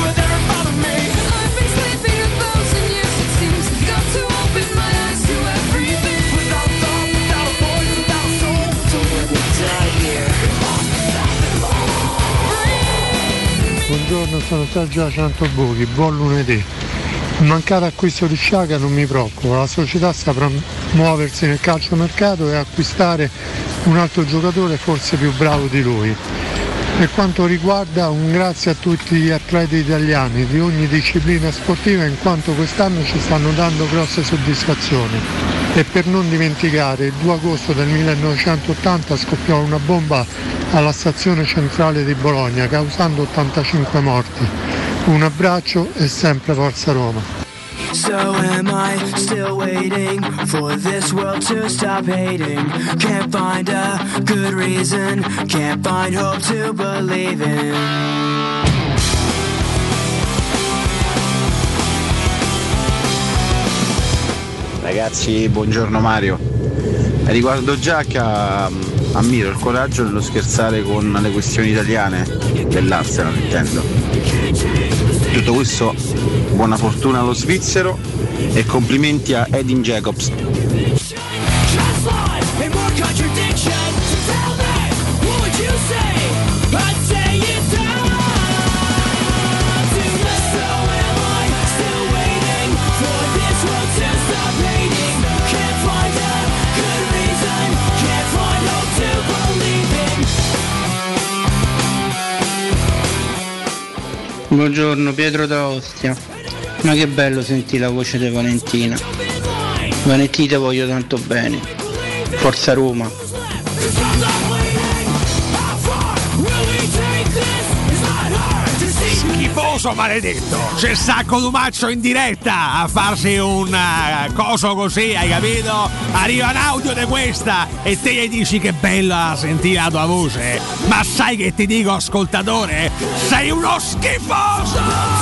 Buongiorno, sono Sergio da Centobuchi, buon lunedì. Il mancato acquisto di Sciaga non mi preoccupa, la società saprà muoversi nel calciomercato e acquistare un altro giocatore forse più bravo di lui. Per quanto riguarda, un grazie a tutti gli atleti italiani di ogni disciplina sportiva, in quanto quest'anno ci stanno dando grosse soddisfazioni. E per non dimenticare, il due agosto del millenovecentottanta scoppiò una bomba alla stazione centrale di Bologna, causando ottantacinque morti. Un abbraccio e sempre Forza Roma. So am I still waiting for this world to stop hating? Can't find a good reason, can't find hope to believe in. Ragazzi, buongiorno Mario. Riguardo Giacca, ammiro il coraggio nello scherzare con le questioni italiane dell'Arsenal, intendo. Tutto questo, buona fortuna allo svizzero e complimenti a Edin Jacobs. Buongiorno, Pietro da Ostia. Ma che bello sentire la voce di Valentina. Valentina, ti voglio tanto bene. Forza Roma. Schifoso maledetto, c'è il Sacco Dumaccio in diretta a farsi un uh, coso così, hai capito? Arriva un audio di questa e te gli dici che bella sentire la tua voce, ma sai che ti dico, ascoltatore? Sei uno schifoso!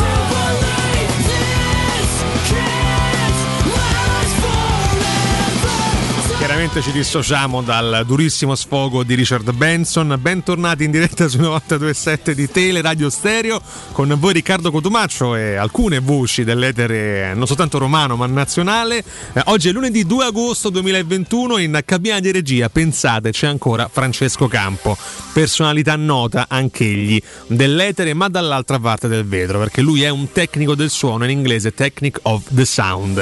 Chiaramente ci dissociamo dal durissimo sfogo di Richard Benson. Bentornati in diretta sui novantadue virgola sette di Tele Radio Stereo, con voi Riccardo Cotumaccio e alcune voci dell'etere non soltanto romano ma nazionale. Eh, oggi è lunedì due agosto duemilaventuno, in cabina di regia, pensate, c'è ancora Francesco Campo, personalità nota anch'egli dell'etere ma dall'altra parte del vetro, perché lui è un tecnico del suono, in inglese Technic of the Sound.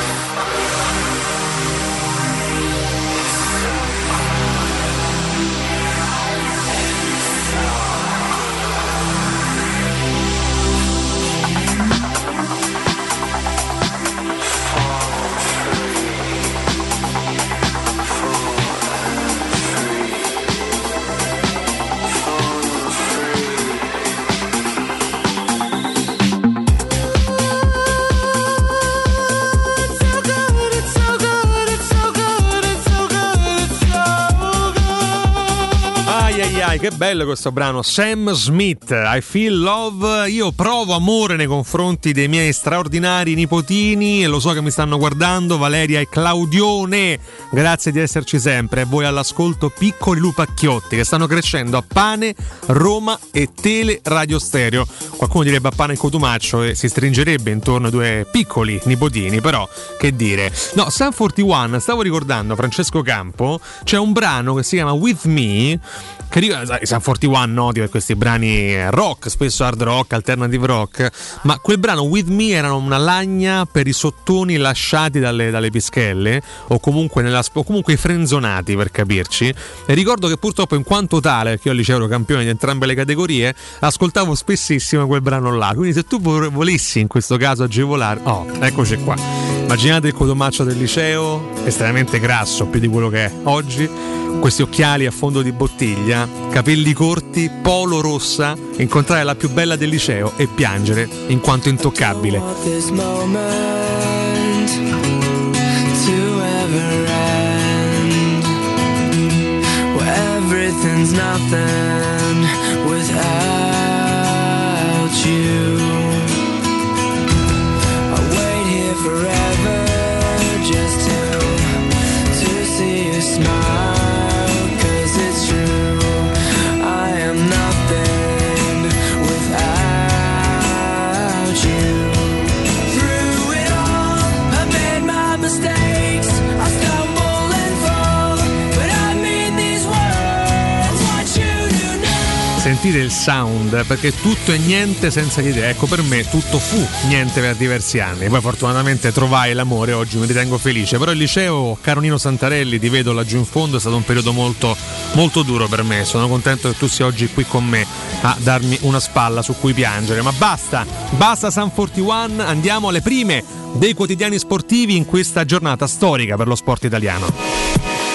Che bello questo brano, Sam Smith, I Feel Love. Io provo amore nei confronti dei miei straordinari nipotini e lo so che mi stanno guardando, Valeria e Claudione, grazie di esserci sempre. E voi all'ascolto, piccoli lupacchiotti che stanno crescendo a Pane, Roma e Tele Radio Stereo. Qualcuno direbbe a Pane e Cotumaccio e si stringerebbe intorno ai due piccoli nipotini, però che dire. No, Sun quarantuno, stavo ricordando, Francesco Campo, c'è un brano che si chiama With Me, che i Sun quarantuno noti per questi brani rock, spesso hard rock, alternative rock, ma quel brano With Me erano una lagna per i sottoni lasciati dalle, dalle pischelle o comunque, nella, o comunque i frenzonati, per capirci. E ricordo che purtroppo in quanto tale, perché io al liceo ero campione di entrambe le categorie, ascoltavo spessissimo quel brano là, quindi se tu volessi in questo caso agevolare, oh, eccoci qua, immaginate il Cotumaccio del liceo, estremamente grasso più di quello che è oggi, questi occhiali a fondo di bottiglia, capelli corti, polo rossa, incontrare la più bella del liceo e piangere in quanto intoccabile. Everything's nothing without you. I wait here forever just to to see you smile. Sentite il sound, perché tutto è niente senza di te. Ecco, per me tutto fu niente per diversi anni, poi fortunatamente trovai l'amore, oggi mi ritengo felice. Però il liceo, caro Nino Santarelli, ti vedo laggiù in fondo, è stato un periodo molto molto duro per me. Sono contento che tu sia oggi qui con me a darmi una spalla su cui piangere. Ma basta, basta Sun quarantuno, andiamo alle prime dei quotidiani sportivi in questa giornata storica per lo sport italiano.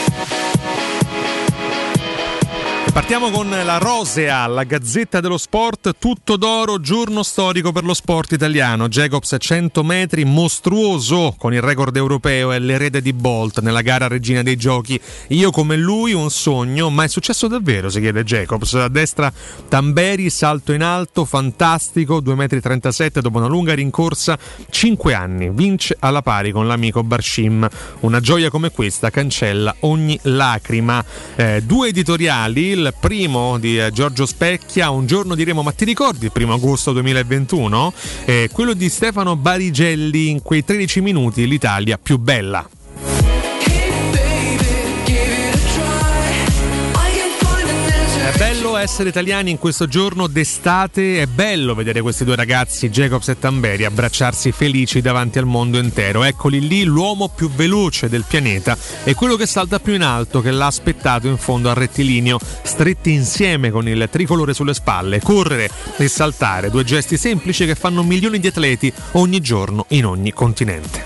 Partiamo con la Rosea, la Gazzetta dello Sport, tutto d'oro, giorno storico per lo sport italiano. Jacobs cento metri, mostruoso con il record europeo e l'erede di Bolt nella gara regina dei giochi. Io come lui un sogno, ma è successo davvero, si chiede Jacobs. A destra Tamberi, salto in alto, fantastico, due metri e trentasette dopo una lunga rincorsa, cinque anni, vince alla pari con l'amico Barshim. Una gioia come questa cancella ogni lacrima. Eh, due editoriali, il primo di Giorgio Specchia, un giorno diremo, ma ti ricordi il primo agosto duemilaventuno? Eh, quello di Stefano Barigelli, in quei tredici minuti l'Italia più bella. È bello essere italiani in questo giorno d'estate, è bello vedere questi due ragazzi, Jacobs e Tamberi, abbracciarsi felici davanti al mondo intero. Eccoli lì, l'uomo più veloce del pianeta e quello che salta più in alto, che l'ha aspettato in fondo al rettilineo, stretti insieme con il tricolore sulle spalle. Correre e saltare, due gesti semplici che fanno milioni di atleti ogni giorno in ogni continente.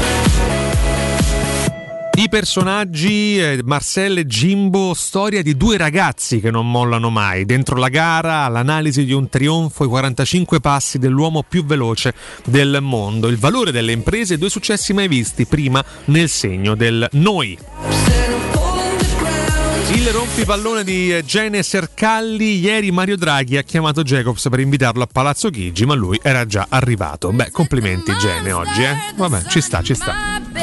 I personaggi, eh, Marcel e Jimbo, storia di due ragazzi che non mollano mai. Dentro la gara, l'analisi di un trionfo, i quarantacinque passi dell'uomo più veloce del mondo. Il valore delle imprese e due successi mai visti prima nel segno del noi. Il rompipallone di Gene Sercalli, ieri Mario Draghi ha chiamato Jacobs per invitarlo a Palazzo Chigi, ma lui era già arrivato. Beh, complimenti Gene oggi, eh? Vabbè, ci sta, ci sta.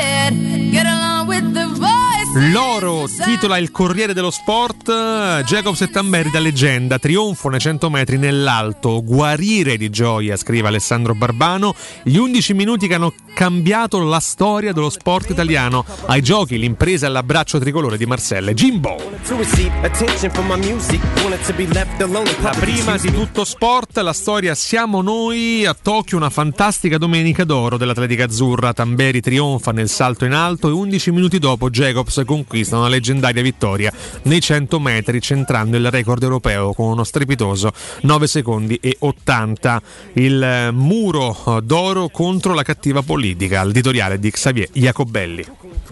L'oro titola il Corriere dello Sport. Jacobs e Tamberi da leggenda, trionfo nei cento metri nell'alto, guarire di gioia, scrive Alessandro Barbano. Gli undici minuti che hanno cambiato la storia dello sport italiano. Ai giochi l'impresa e l'abbraccio tricolore di Marcel e Jimbo. La prima di tutto sport, la storia siamo noi. A Tokyo una fantastica domenica d'oro dell'atletica azzurra. Tamberi trionfa nel salto in alto e undici minuti dopo Jacobs conquista una leggendaria vittoria nei cento metri, centrando il record europeo con uno strepitoso nove secondi e ottanta. Il muro d'oro contro la cattiva politica, l'editoriale di Xavier Jacobelli.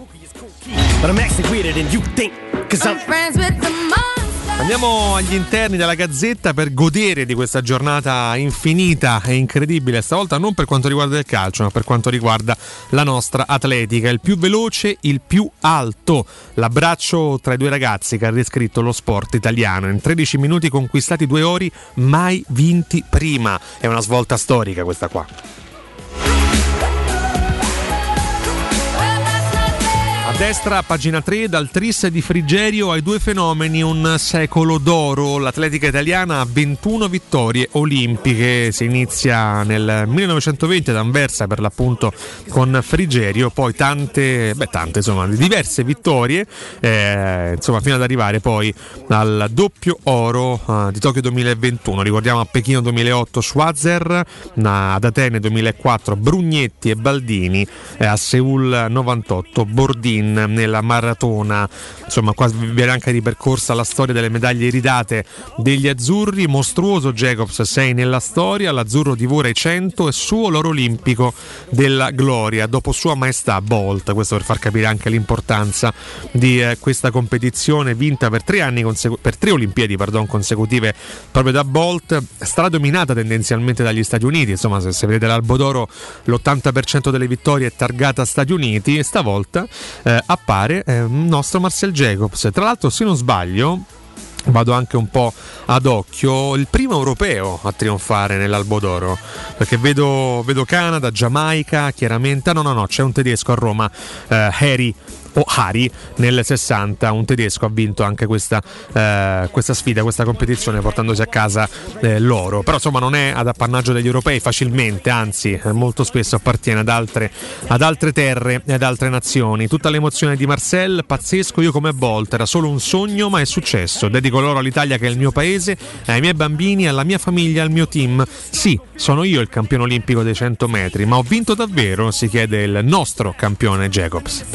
Andiamo agli interni della Gazzetta per godere di questa giornata infinita e incredibile, stavolta non per quanto riguarda il calcio ma per quanto riguarda la nostra atletica. Il più veloce, il più alto, l'abbraccio tra i due ragazzi che ha riscritto lo sport italiano. In tredici minuti conquistati due ori mai vinti prima. È una svolta storica questa qua. A destra, pagina tre, dal tris di Frigerio ai due fenomeni, un secolo d'oro. L'atletica italiana ha ventuno vittorie olimpiche, si inizia nel millenovecentoventi ad Anversa per l'appunto con Frigerio, poi tante, beh tante insomma, diverse vittorie, eh, insomma fino ad arrivare poi al doppio oro eh, di Tokyo duemilaventuno. Ricordiamo a Pechino duemilaotto Schwarzer, ad Atene duemilaquattro Brugnetti e Baldini, eh, a Seul novantotto Bordini nella maratona. Insomma qua viene anche ripercorsa la storia delle medaglie iridate degli azzurri. Mostruoso Jacobs, sei nella storia, l'azzurro divora i cento e suo l'oro olimpico della gloria dopo Sua Maestà Bolt. Questo per far capire anche l'importanza di eh, questa competizione vinta per tre anni consecu- per tre Olimpiadi pardon, consecutive proprio da Bolt, stradominata tendenzialmente dagli Stati Uniti. Insomma, se, se vedete l'Albo d'Oro, l'ottanta per cento delle vittorie è targata Stati Uniti e stavolta eh, appare eh, il nostro Marcel Jacobs. Tra l'altro, se non sbaglio, vado anche un po' ad occhio, il primo europeo a trionfare nell'Albo d'Oro, perché vedo, vedo Canada, Giamaica, chiaramente, no no no, c'è un tedesco a Roma, eh, Harry o Hari nel sessanta, un tedesco ha vinto anche questa, eh, questa sfida, questa competizione, portandosi a casa eh, l'oro. Però insomma non è ad appannaggio degli europei facilmente, anzi eh, molto spesso appartiene ad altre, ad altre terre e ad altre nazioni. Tutta l'emozione di Marcel, pazzesco, io come Bolt, era solo un sogno ma è successo, dedico l'oro all'Italia che è il mio paese, ai miei bambini, alla mia famiglia, al mio team. Sì, sono io il campione olimpico dei cento metri, ma ho vinto davvero? Si chiede il nostro campione Jacobs.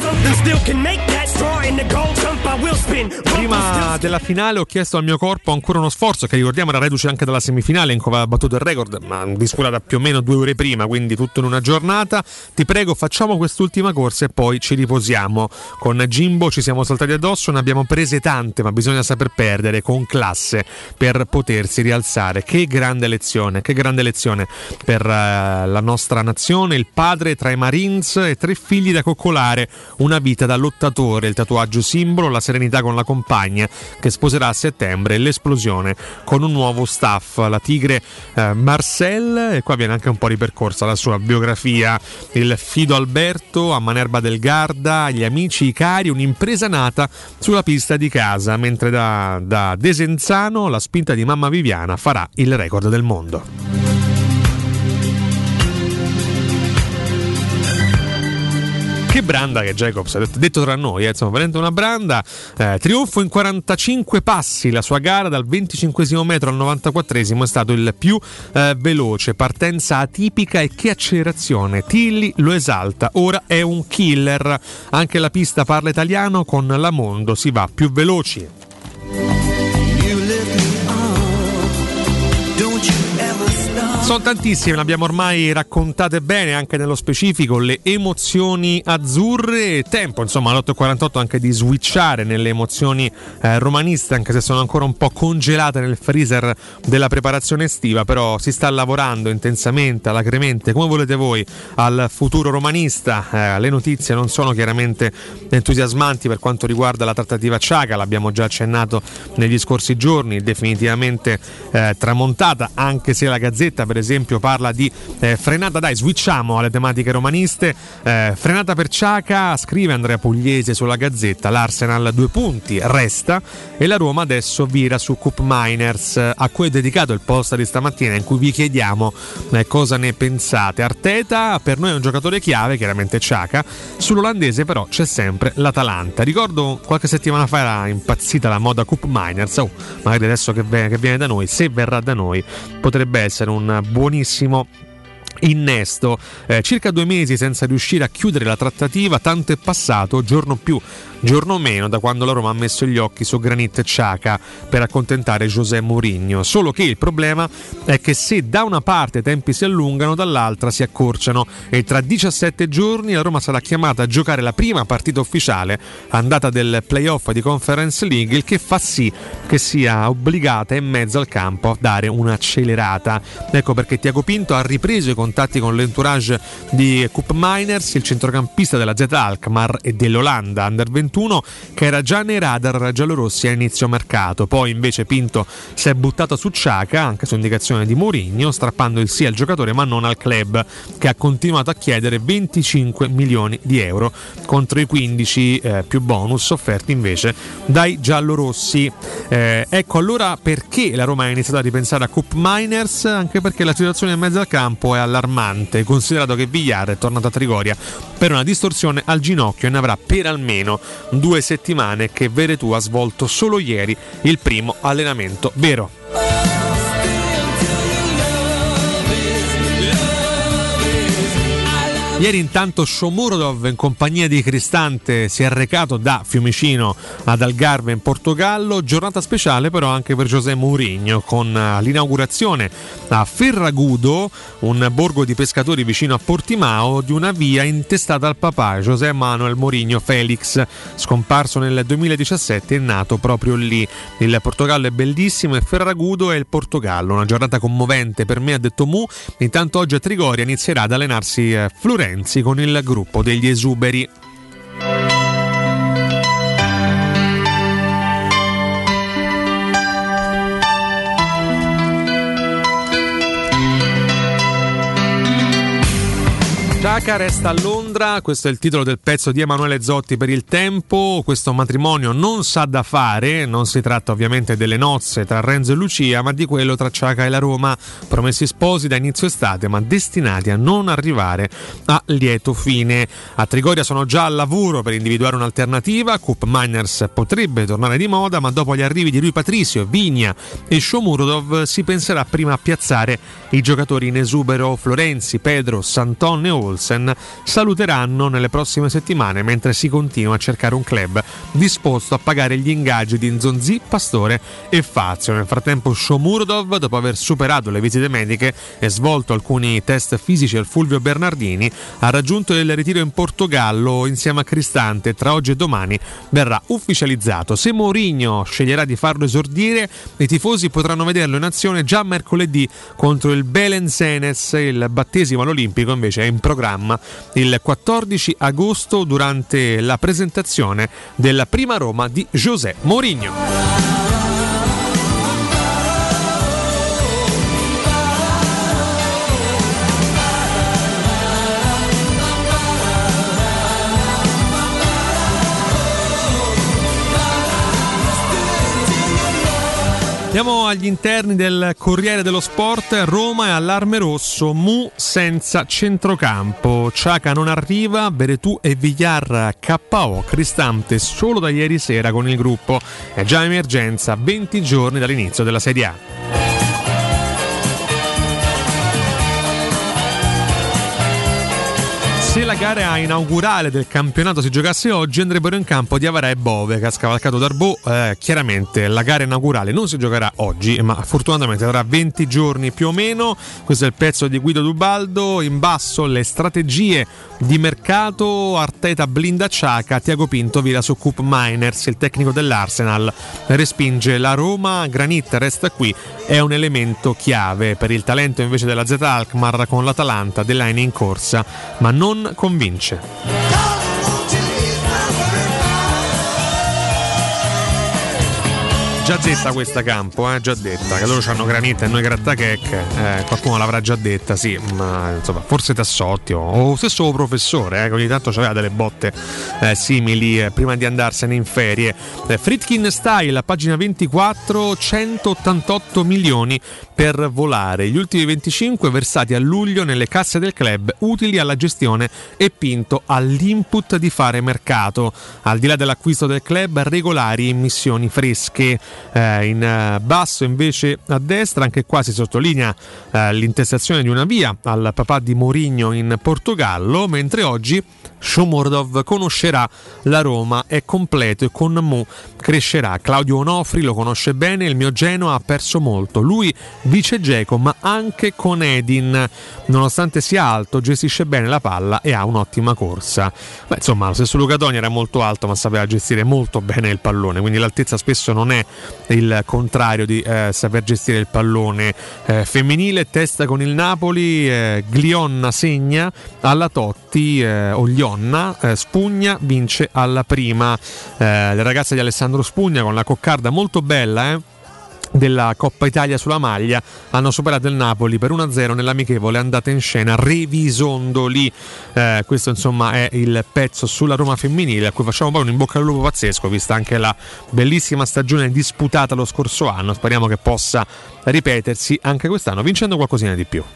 Prima della finale ho chiesto al mio corpo ancora uno sforzo, che ricordiamo era reduce anche dalla semifinale in cui aveva battuto il record, ma disputada più o meno due ore prima, quindi tutto in una giornata. Ti prego, facciamo quest'ultima corsa e poi ci riposiamo. Con Jimbo ci siamo saltati addosso, ne abbiamo prese tante, ma bisogna saper perdere con classe per potersi rialzare. Che grande lezione, che grande lezione per uh, la nostra nazione. Il padre tra i Marines e tre figli da coccolare, una vita da lottatore, il tatuaggio simbolo, la serenità con la compagna che sposerà a settembre, l'esplosione con un nuovo staff, la tigre eh, Marcel. E qua viene anche un po' ripercorsa la sua biografia, il fido Alberto a Manerba del Garda, gli amici, i cari, un'impresa nata sulla pista di casa, mentre da, da Desenzano la spinta di mamma Viviana farà il record del mondo. Che branda che Jacobs, detto, detto tra noi, eh, insomma, veramente una branda. Eh, trionfo in quarantacinque passi, la sua gara dal venticinquesimo metro al novantaquattresimo è stato il più eh, veloce, partenza atipica e che accelerazione. Tilly lo esalta, ora è un killer. Anche la pista parla italiano, con la Mondo si va più veloci. Sono tantissime, le abbiamo ormai raccontate bene anche nello specifico, le emozioni azzurre. Tempo insomma all'otto e quarantotto anche di switchare nelle emozioni eh, romaniste, anche se sono ancora un po' congelate nel freezer della preparazione estiva, però si sta lavorando intensamente, alacremente, come volete voi, al futuro romanista. Eh, le notizie non sono chiaramente entusiasmanti per quanto riguarda la trattativa Sciacca, l'abbiamo già accennato negli scorsi giorni, definitivamente eh, tramontata, anche se la Gazzetta per esempio parla di eh, frenata. Dai, switchiamo alle tematiche romaniste. Eh, frenata per Sciacca, scrive Andrea Pugliese sulla Gazzetta. L'Arsenal due punti resta e la Roma adesso vira su Koop Miners, a cui è dedicato il post di stamattina in cui vi chiediamo eh, cosa ne pensate. Arteta per noi è un giocatore chiave, chiaramente Sciacca. Sull'olandese però c'è sempre l'Atalanta. Ricordo qualche settimana fa era impazzita la moda Koop Miners. Oh, magari adesso che, v- che viene da noi, se verrà da noi, potrebbe essere un buonissimo innesto. Eh, circa due mesi senza riuscire a chiudere la trattativa, tanto è passato, giorno più giorno meno, da quando la Roma ha messo gli occhi su Granit Xhaka per accontentare José Mourinho. Solo che il problema è che se da una parte i tempi si allungano, dall'altra si accorciano, e tra diciassette giorni la Roma sarà chiamata a giocare la prima partita ufficiale andata del playoff di Conference League, il che fa sì che sia obbligata in mezzo al campo a dare un'accelerata. Ecco perché Tiago Pinto ha ripreso i contatti con l'entourage di Koop Miners, il centrocampista della Z Alkmaar e dell'Olanda Under ventuno, che era già nei radar giallorossi a inizio mercato. Poi invece Pinto si è buttato su Xhaka, anche su indicazione di Mourinho, strappando il sì al giocatore ma non al club, che ha continuato a chiedere venticinque milioni di euro contro i quindici eh, più bonus offerti invece dai giallorossi. Eh, ecco allora perché la Roma ha iniziato a ripensare a Koop Miners, anche perché la situazione in mezzo al campo è allarmante, considerato che Villar è tornato a Trigoria per una distorsione al ginocchio e ne avrà per almeno due settimane, che Veretout ha svolto solo ieri il primo allenamento vero. Ieri intanto Shomurodov in compagnia di Cristante si è recato da Fiumicino ad Algarve in Portogallo, giornata speciale però anche per José Mourinho, con l'inaugurazione a Ferragudo, un borgo di pescatori vicino a Portimao, di una via intestata al papà José Manuel Mourinho Felix, scomparso nel duemiladiciassette e nato proprio lì. Il Portogallo è bellissimo e Ferragudo è il Portogallo, una giornata commovente per me, ha detto Mu. Intanto oggi a Trigoria inizierà ad allenarsi Florenzi con il gruppo degli esuberi. Xhaka resta a Londra, questo è il titolo del pezzo di Emanuele Zotti per Il Tempo. Questo matrimonio non sa da fare, non si tratta ovviamente delle nozze tra Renzo e Lucia, ma di quello tra Xhaka e la Roma, promessi sposi da inizio estate ma destinati a non arrivare a lieto fine. A Trigoria sono già al lavoro per individuare un'alternativa. Koop Miners potrebbe tornare di moda, ma dopo gli arrivi di Rui Patricio, Vigna e Shomurodov si penserà prima a piazzare i giocatori in esubero. Florenzi, Pedro, Santon e Olsen saluteranno nelle prossime settimane, mentre si continua a cercare un club disposto a pagare gli ingaggi di Nzonzi, Pastore e Fazio. Nel frattempo Shomurodov, dopo aver superato le visite mediche e svolto alcuni test fisici al Fulvio Bernardini, ha raggiunto il ritiro in Portogallo insieme a Cristante. Tra oggi e domani verrà ufficializzato. Se Mourinho sceglierà di farlo esordire, i tifosi potranno vederlo in azione già mercoledì contro il Belenenses. Il battesimo all'Olimpico invece è in programma il quattordici agosto durante la presentazione della prima Roma di José Mourinho. Andiamo agli interni del Corriere dello Sport. Roma è allarme rosso, Mu senza centrocampo, Xhaka non arriva, Veretù e Villar K O, Cristante solo da ieri sera con il gruppo, è già emergenza venti giorni dall'inizio della Serie A. Se la gara inaugurale del campionato si giocasse oggi, andrebbero in campo Diawara e Bove, che ha scavalcato Darboe. Eh, chiaramente la gara inaugurale non si giocherà oggi, ma fortunatamente avrà venti giorni più o meno. Questo è il pezzo di Guido Dubaldo. In basso le strategie di mercato: Arteta blinda Xhaka, Tiago Pinto vira su Coop Miners, il tecnico dell'Arsenal respinge la Roma, Granit resta qui, è un elemento chiave per il talento invece della Z Alkmaar con l'Atalanta, Delaney in corsa, ma non convince. Già detta questa Campo, eh, già detta che loro hanno Granit e noi Grattachech, eh, qualcuno l'avrà già detta, sì, ma insomma forse Tassotti o, o stesso o professore, eh, che ogni tanto aveva delle botte eh, simili eh, prima di andarsene in ferie. eh, Friedkin Style, pagina ventiquattro, centottantotto milioni per volare, gli ultimi venticinque versati a luglio nelle casse del club, utili alla gestione e Pinto all'input di fare mercato. Al di là dell'acquisto del club, regolari emissioni fresche. Eh, in eh, basso invece a destra anche qua si sottolinea eh, l'intestazione di una via al papà di Mourinho in Portogallo, mentre oggi Shomurodov conoscerà la Roma, è completo e con Mu crescerà. Claudio Onofri lo conosce bene, il mio Genoa ha perso molto, lui vice Dzeko ma anche con Edin, nonostante sia alto gestisce bene la palla e ha un'ottima corsa. Beh, insomma lo stesso Luca Toni era molto alto ma sapeva gestire molto bene il pallone, quindi l'altezza spesso non è il contrario di eh, saper gestire il pallone. eh, femminile, testa con il Napoli, eh, Glionna segna alla Totti, eh, Oglionna eh, Spugna vince alla prima. eh, le ragazze di Alessandro Spugna con la coccarda molto bella eh della Coppa Italia sulla maglia hanno superato il Napoli per uno a zero nell'amichevole andata in scena Revisondoli. Eh, questo insomma è il pezzo sulla Roma femminile, a cui facciamo poi un in bocca al lupo pazzesco, vista anche la bellissima stagione disputata lo scorso anno. Speriamo che possa ripetersi anche quest'anno vincendo qualcosina di più.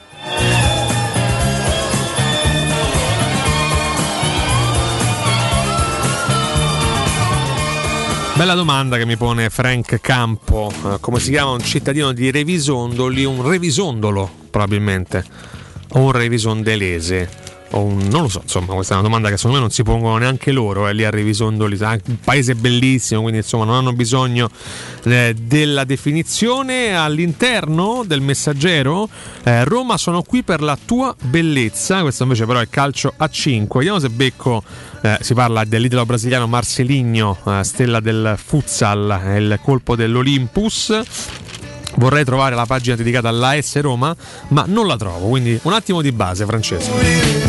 Bella domanda che mi pone Frank Campo, eh, come si chiama un cittadino di Revisondoli? Un revisondolo probabilmente, o un revisondelese, o un, non lo so, insomma questa è una domanda che secondo me non si pongono neanche loro, eh, lì a Revisondoli, un paese bellissimo, quindi insomma non hanno bisogno eh, della definizione. All'interno del Messaggero, eh, Roma sono qui per la tua bellezza, questo invece però è calcio a cinque, vediamo se becco. Eh, si parla dell'idolo brasiliano Marcelinho, eh, stella del futsal, è il colpo dell'Olympus. Vorrei trovare la pagina dedicata all'A S Roma, ma non la trovo, quindi un attimo di base, Francesco.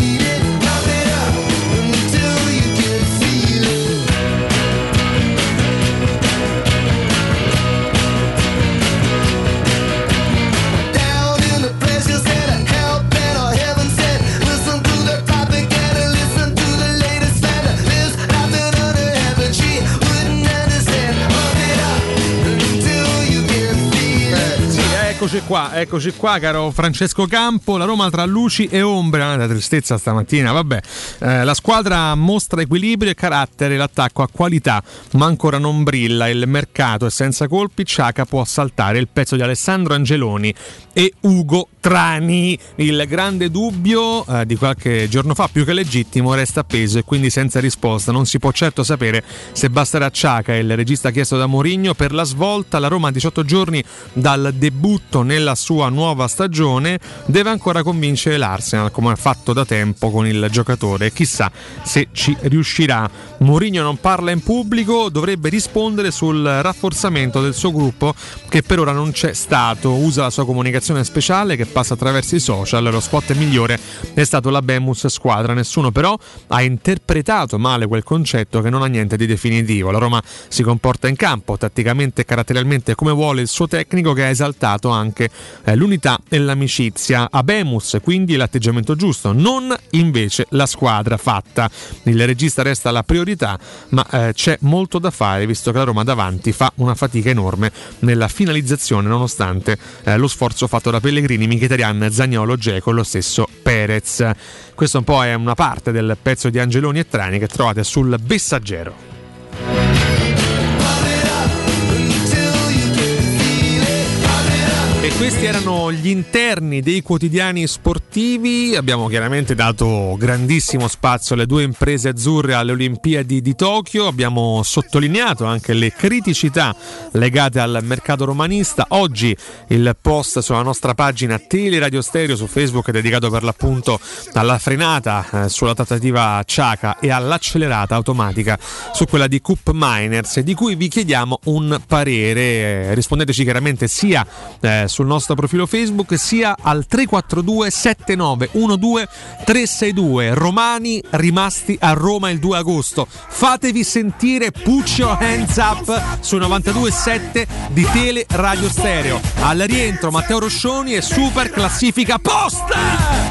Eccoci qua, eccoci qua, caro Francesco Campo. La Roma tra luci e ombre, la tristezza stamattina, vabbè. Eh, la squadra mostra equilibrio e carattere, l'attacco ha qualità, ma ancora non brilla. Il mercato è senza colpi, Xhaka può saltare. Il pezzo di Alessandro Angeloni e Ugo Trani. Il grande dubbio eh, di qualche giorno fa, più che legittimo, resta appeso e quindi senza risposta. Non si può certo sapere se basterà Xhaka, il regista chiesto da Mourinho, per la svolta. La Roma a diciotto giorni dal debutto nella sua nuova stagione deve ancora convincere l'Arsenal, come ha fatto da tempo con il giocatore. Chissà se ci riuscirà. Mourinho non parla in pubblico, dovrebbe rispondere sul rafforzamento del suo gruppo che per ora non c'è stato. Usa la sua comunicazione speciale che passa attraverso i social. Lo spot migliore è stato l'Habemus Squadra, nessuno però ha interpretato male quel concetto che non ha niente di definitivo. La Roma si comporta in campo tatticamente e caratterialmente come vuole il suo tecnico, che ha esaltato anche eh, l'unità e l'amicizia. Habemus quindi è l'atteggiamento giusto, non invece la squadra fatta. Il regista resta la priorità, ma eh, c'è molto da fare, visto che la Roma davanti fa una fatica enorme nella finalizzazione, nonostante eh, lo sforzo fatto da Pellegrini, Mkhitaryan, Zaniolo, Dzeko e lo stesso Perez. Questo un po' è una parte del pezzo di Angeloni e Trani che trovate sul Messaggero. E questi erano gli interni dei quotidiani sportivi. Abbiamo chiaramente dato grandissimo spazio alle due imprese azzurre alle Olimpiadi di Tokyo. Abbiamo sottolineato anche le criticità legate al mercato romanista. Oggi il post sulla nostra pagina Teleradio Stereo su Facebook è dedicato per l'appunto alla frenata eh, sulla trattativa Xhaka e all'accelerata automatica su quella di Coop Miners, di cui vi chiediamo un parere. Eh, rispondeteci chiaramente sia eh, sul nostro profilo Facebook sia al tre quattro due sette nove uno due tre sei due. Romani rimasti a Roma il due agosto, fatevi sentire, put your hands up su novantadue sette di Tele Radio Stereo. Al rientro Matteo Roscioni e super classifica posta.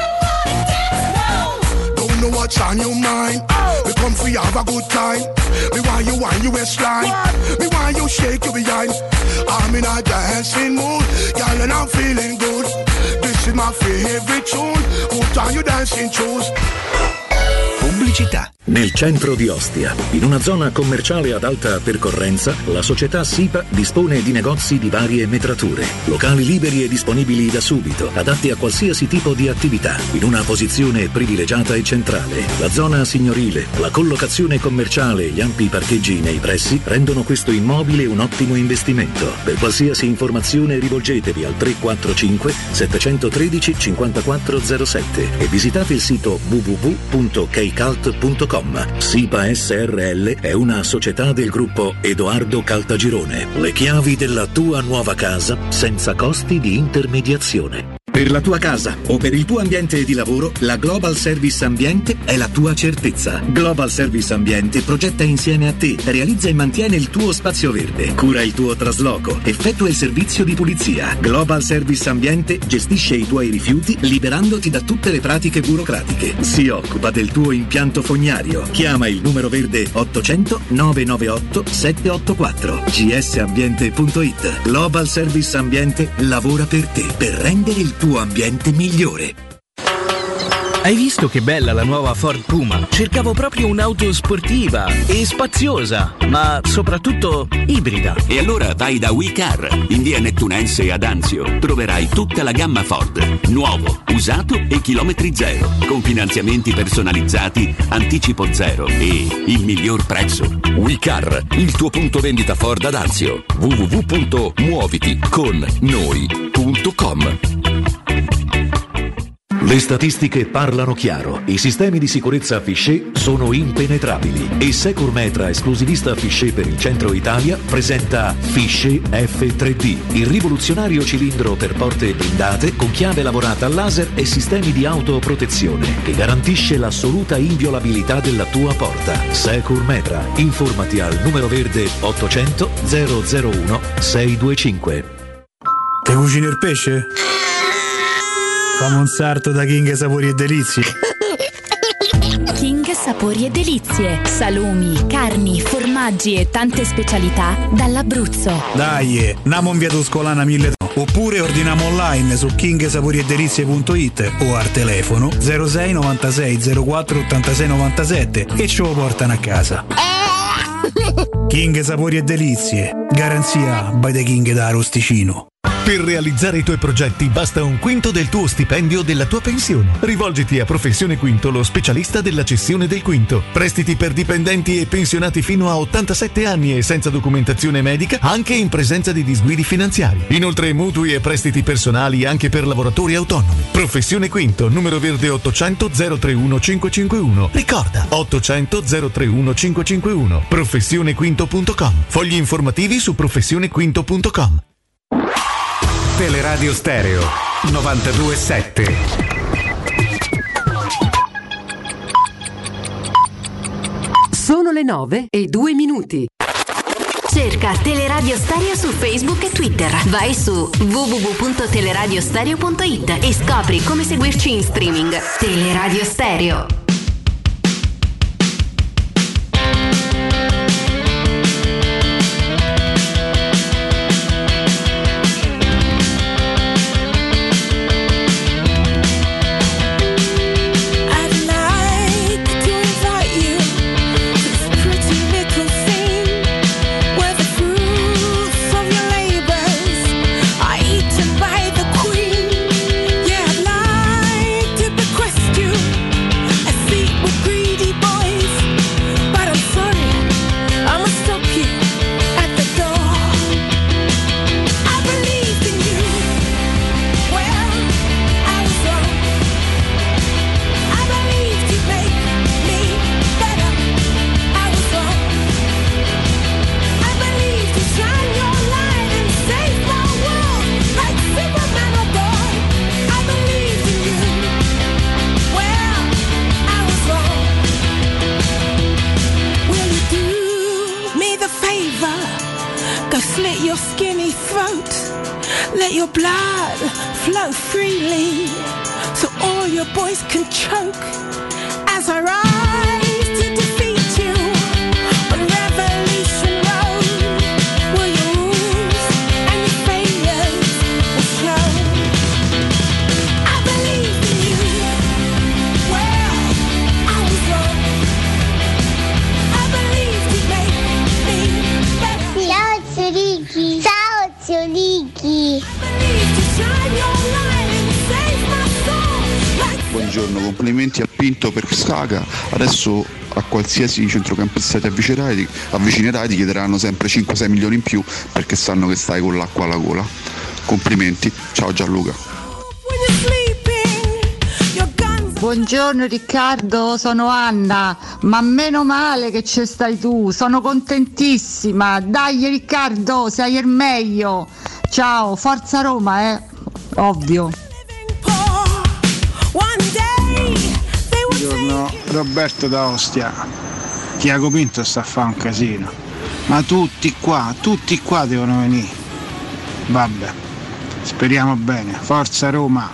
Know what's on your mind. We come for you, have a good time. Me want you want you waistline. Me want you shake your behind. I'm in a dancing mood, girl, and I'm feeling good. This is my favorite tune. Put on your dancing shoes. Pubblicità. Nel centro di Ostia, in una zona commerciale ad alta percorrenza, la società SIPA dispone di negozi di varie metrature, locali liberi e disponibili da subito, adatti a qualsiasi tipo di attività, in una posizione privilegiata e centrale. La zona signorile, la collocazione commerciale e gli ampi parcheggi nei pressi rendono questo immobile un ottimo investimento. Per qualsiasi informazione rivolgetevi al tre quattro cinque sette uno tre cinque zero sette e visitate il sito w w w punto kcalt punto com. SIPA S R L è una società del gruppo Edoardo Caltagirone. Le chiavi della tua nuova casa senza costi di intermediazione. Per la tua casa o per il tuo ambiente di lavoro, la Global Service Ambiente è la tua certezza. Global Service Ambiente progetta insieme a te, realizza e mantiene il tuo spazio verde, cura il tuo trasloco, effettua il servizio di pulizia. Global Service Ambiente gestisce i tuoi rifiuti liberandoti da tutte le pratiche burocratiche. Si occupa del tuo impianto fognario. Chiama il numero verde ottocento nove nove otto sette otto quattro g s ambiente punto i t. Global Service Ambiente lavora per te, per rendere il tuo tuo ambiente migliore. Hai visto che bella la nuova Ford Puma? Cercavo proprio un'auto sportiva e spaziosa, ma soprattutto ibrida. E allora vai da WeCar, in via Nettunense ad Anzio. Troverai tutta la gamma Ford, nuovo, usato e chilometri zero, con finanziamenti personalizzati, anticipo zero e il miglior prezzo. WeCar, il tuo punto vendita Ford ad Anzio. w w w punto muoviti con noi punto com. Le statistiche parlano chiaro, i sistemi di sicurezza Fichet sono impenetrabili e Securmetra, esclusivista Fichet per il centro Italia, presenta Fichet F tre D, il rivoluzionario cilindro per porte blindate con chiave lavorata a laser e sistemi di autoprotezione che garantisce l'assoluta inviolabilità della tua porta. Securmetra, informati al numero verde ottocento zero zero uno sei due cinque. Te cucini il pesce? Fammi un sarto da King Sapori e Delizie. King Sapori e Delizie. Salumi, carni, formaggi e tante specialità dall'Abruzzo. Dai, namo in via Tuscolana mille. Oppure ordiniamo online su king sapori e delizie punto i t o al telefono zero sei novantasei zero quattro ottantasei novantasette e ce lo portano a casa. King Sapori e Delizie. Garanzia by the King da Arosticino. Per realizzare i tuoi progetti basta un quinto del tuo stipendio o della tua pensione. Rivolgiti a Professione Quinto, lo specialista della cessione del quinto. Prestiti per dipendenti e pensionati fino a ottantasette anni e senza documentazione medica, anche in presenza di disguidi finanziari. Inoltre mutui e prestiti personali anche per lavoratori autonomi. Professione Quinto, numero verde ottocento zero tre uno cinque cinque uno. Ricorda, ottocento zero tre uno cinque cinque uno. professione quinto punto com. Fogli informativi su professione quinto punto com. Teleradio Stereo novantadue sette. Sono le nove e due minuti. Cerca Teleradio Stereo su Facebook e Twitter. Vai su w w w punto teleradiostereo punto i t e scopri come seguirci in streaming. Teleradio Stereo. Let your blood flow freely so all your boys can choke as I rise to defeat you on Revolution Road. Will your rules and your failures will show? I believe in you. Well, I was wrong. I believed you'd make me better. Ciao Zurighi. Ciao Zurighi. Buongiorno, complimenti a Pinto per Scaga. Adesso a qualsiasi centrocampista ti avvicinerai, avvicinerai ti chiederanno sempre cinque sei milioni in più perché sanno che stai con l'acqua alla gola. Complimenti, ciao Gianluca. Buongiorno Riccardo, sono Anna, ma meno male che ci stai tu, sono contentissima. Dai Riccardo, sei il meglio. Ciao, forza Roma, eh, ovvio. Buongiorno Roberto da Ostia. Tiago Pinto sta a fare un casino, ma tutti qua, tutti qua devono venire. Vabbè, speriamo bene, forza Roma.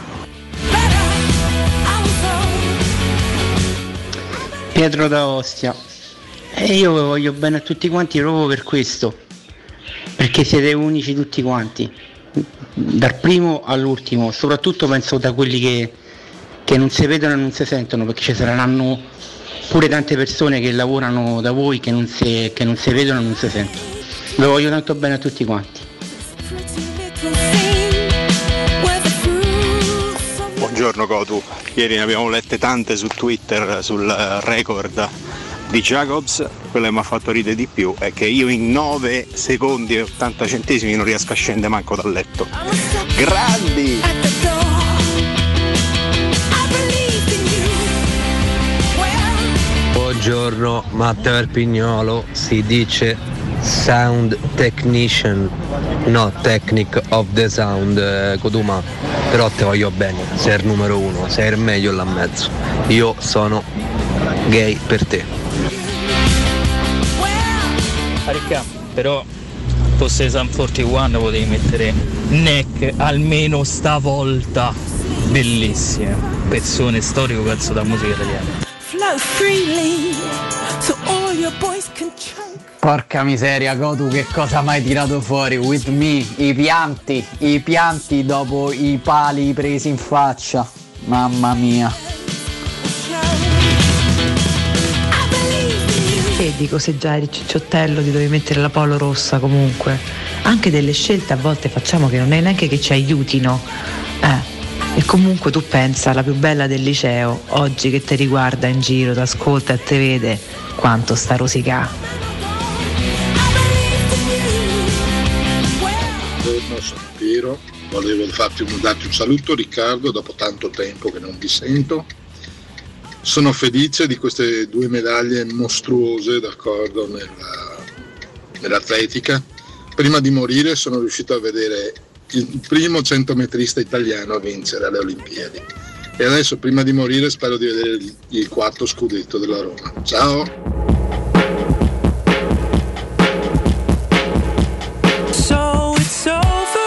Pietro da Ostia. E io vi voglio bene a tutti quanti proprio per questo, perché siete unici tutti quanti, dal primo all'ultimo, soprattutto penso da quelli che, che non si vedono e non si sentono, perché ci saranno pure tante persone che lavorano da voi che non si, che non si vedono e non si sentono. Vi voglio tanto bene a tutti quanti. Buongiorno Cotu, ieri ne abbiamo lette tante su Twitter sul record di Jacobs. Quello che mi ha fatto ridere di più è che io in nove secondi e ottanta centesimi non riesco a scendere manco dal letto. Grandi! Buongiorno, Matteo Erpignolo, si dice sound technician, no technic of the sound, eh, Coduma, però te voglio bene, sei il numero uno, sei il meglio là in mezzo, io sono gay per te. Ricca, però fosse San quarantuno potevi mettere Neck almeno stavolta, bellissime, persone storico cazzo da musica italiana. Flow freely so all your boys can choke. Porca miseria, Gotu, che cosa mai tirato fuori? With me, i pianti, i pianti dopo i pali presi in faccia. Mamma mia. E dico, se già eri cicciottello ti dovevi mettere la polo rossa comunque. Anche delle scelte a volte facciamo che non è neanche che ci aiutino. Eh. E comunque tu pensa, la più bella del liceo, oggi che ti riguarda in giro, ti ascolta e te vede, quanto sta rosicà. Buongiorno, sono Piero, volevo farti un, darti un saluto Riccardo, dopo tanto tempo che non ti sento. Sono felice di queste due medaglie mostruose, d'accordo, nella, nell'atletica. Prima di morire sono riuscito a vedere il primo centometrista italiano a vincere alle Olimpiadi. E adesso, prima di morire, spero di vedere il, il quarto scudetto della Roma. Ciao! So it's over.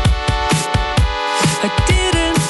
I didn't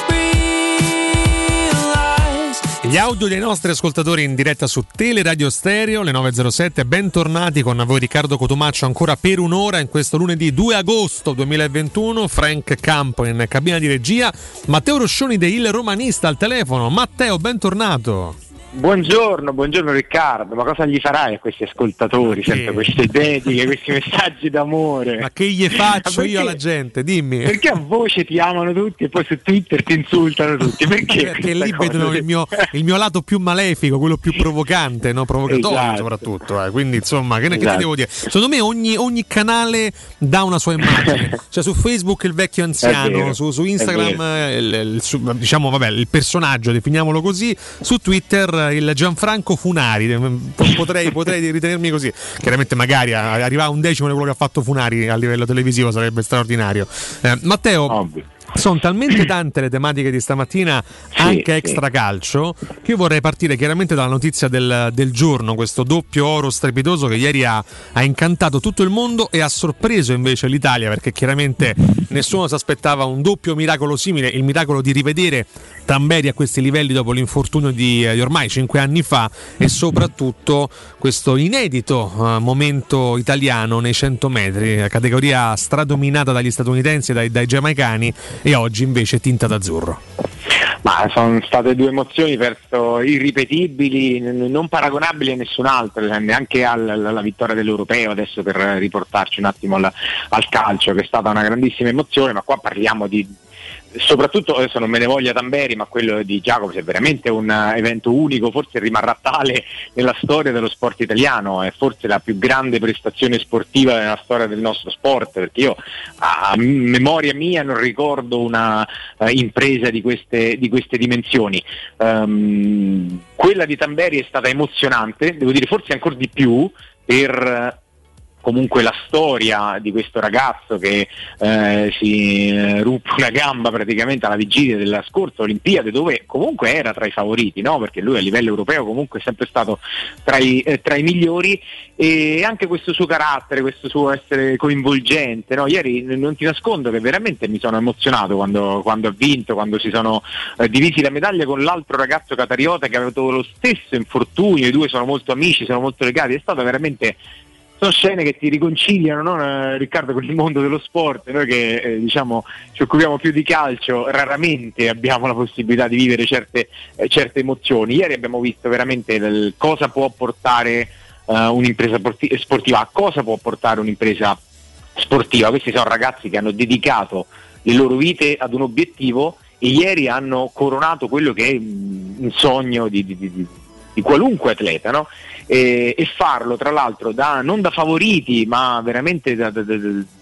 realize. Gli audio dei nostri ascoltatori in diretta su Teleradio Stereo, le nove e zero sette, bentornati con voi Riccardo Cotumaccio ancora per un'ora in questo lunedì due agosto duemilaventuno, Frank Campo in cabina di regia, Matteo Roscioni de Il Romanista al telefono. Matteo, bentornato. Buongiorno, buongiorno Riccardo, ma cosa gli farai a questi ascoltatori? Sempre queste dediche, questi messaggi d'amore. Ma che gli faccio io alla gente? Dimmi. Perché a voce ti amano tutti e poi su Twitter ti insultano tutti? Perché? Perché lì vedono il mio, il mio lato più malefico, quello più provocante, no? Provocatorio, esatto. Soprattutto. Eh. Quindi insomma, che, esatto. che ti devo dire? Secondo me ogni, ogni canale dà una sua immagine. Cioè su Facebook il vecchio anziano, su, su Instagram il, il, su, diciamo vabbè il personaggio, definiamolo così, su Twitter il Gianfranco Funari, potrei, potrei ritenermi così. Chiaramente magari arrivare a un decimo di quello che ha fatto Funari a livello televisivo sarebbe straordinario. eh, Matteo, Ovvio. Sono talmente tante le tematiche di stamattina, sì, anche extra calcio, che io vorrei partire chiaramente dalla notizia del, del giorno, questo doppio oro strepitoso che ieri ha, ha incantato tutto il mondo e ha sorpreso invece l'Italia, perché chiaramente nessuno si aspettava un doppio miracolo simile, il miracolo di rivedere Tamberi a questi livelli dopo l'infortunio di, di ormai cinque anni fa, e soprattutto questo inedito uh, momento italiano nei cento metri, la categoria stradominata dagli statunitensi e dai, dai giamaicani, e oggi invece tinta d'azzurro. Ma sono state due emozioni perso irripetibili, non paragonabili a nessun altro, neanche alla, alla vittoria dell'Europeo, adesso per riportarci un attimo al, al calcio, che è stata una grandissima emozione, ma qua parliamo di soprattutto, adesso non me ne voglia Tamberi, ma quello di Jacobs è veramente un evento unico, forse rimarrà tale nella storia dello sport italiano, è forse la più grande prestazione sportiva nella storia del nostro sport, perché io a memoria mia non ricordo una uh, impresa di queste, di queste dimensioni. Um, quella di Tamberi è stata emozionante, devo dire forse ancora di più per comunque la storia di questo ragazzo che eh, si eh, ruppe una gamba praticamente alla vigilia della scorsa Olimpiade, dove comunque era tra i favoriti, no? Perché lui a livello europeo comunque è sempre stato tra i, eh, tra i migliori, e anche questo suo carattere, questo suo essere coinvolgente, no? Ieri non ti nascondo che veramente mi sono emozionato quando, quando ha vinto, quando si sono eh, divisi la medaglia con l'altro ragazzo catariota che aveva avuto lo stesso infortunio, i due sono molto amici, sono molto legati, è stato veramente... Sono scene che ti riconciliano, no, eh, Riccardo, con il mondo dello sport. Noi che eh, diciamo ci occupiamo più di calcio raramente abbiamo la possibilità di vivere certe, eh, certe emozioni. Ieri abbiamo visto veramente il, cosa può portare uh, un'impresa porti- sportiva, a cosa può portare un'impresa sportiva. Questi sono ragazzi che hanno dedicato le loro vite ad un obiettivo e ieri hanno coronato quello che è un sogno di, di, di, di qualunque atleta, no? E, e farlo tra l'altro da, non da favoriti ma veramente da, da, da,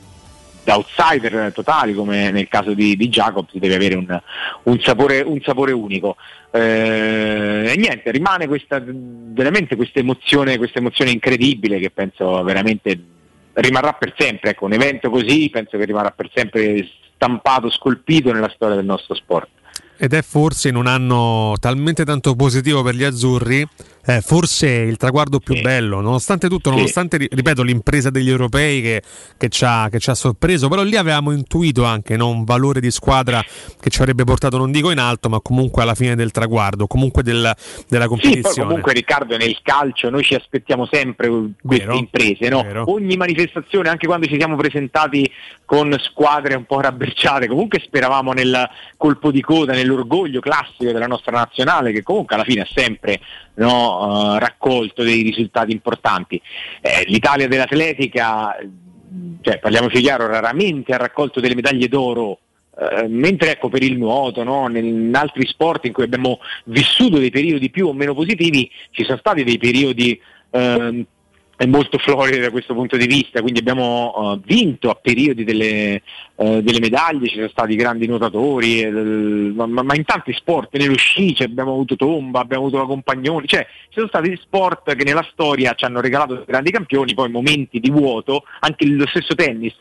da outsider totali, come nel caso di, di Jacobs, deve avere un, un, sapore, un sapore unico. Eh, e niente, rimane questa veramente questa emozione, questa emozione incredibile che penso veramente rimarrà per sempre. Ecco, un evento così penso che rimarrà per sempre stampato, scolpito nella storia del nostro sport. Ed è forse in un anno talmente tanto positivo per gli azzurri, eh, forse il traguardo più sì. bello, nonostante tutto, nonostante, sì. ripeto, l'impresa degli europei che, che, ci ha, che ci ha sorpreso, però lì avevamo intuito anche, no, un valore di squadra che ci avrebbe portato, non dico in alto, ma comunque alla fine del traguardo, comunque del, della competizione. Sì, poi comunque Riccardo, nel calcio noi ci aspettiamo sempre queste Vero. imprese, no? Ogni manifestazione, anche quando ci siamo presentati con squadre un po' rabberciate, comunque speravamo nel colpo di coda, nell'orgoglio classico della nostra nazionale, che comunque alla fine ha sempre, no, uh, raccolto dei risultati importanti. Eh, L'Italia dell'atletica, cioè, parliamoci chiaro, raramente ha raccolto delle medaglie d'oro, eh, mentre ecco per il nuoto, no, in altri sport in cui abbiamo vissuto dei periodi più o meno positivi, ci sono stati dei periodi eh, è molto florida da questo punto di vista, quindi abbiamo uh, vinto a periodi delle, uh, delle medaglie, ci sono stati grandi nuotatori, eh, ma, ma in tanti sport, nello sci abbiamo avuto Tomba, abbiamo avuto la Compagnoni, cioè ci sono stati sport che nella storia ci hanno regalato grandi campioni, poi momenti di vuoto, anche lo stesso tennis, no?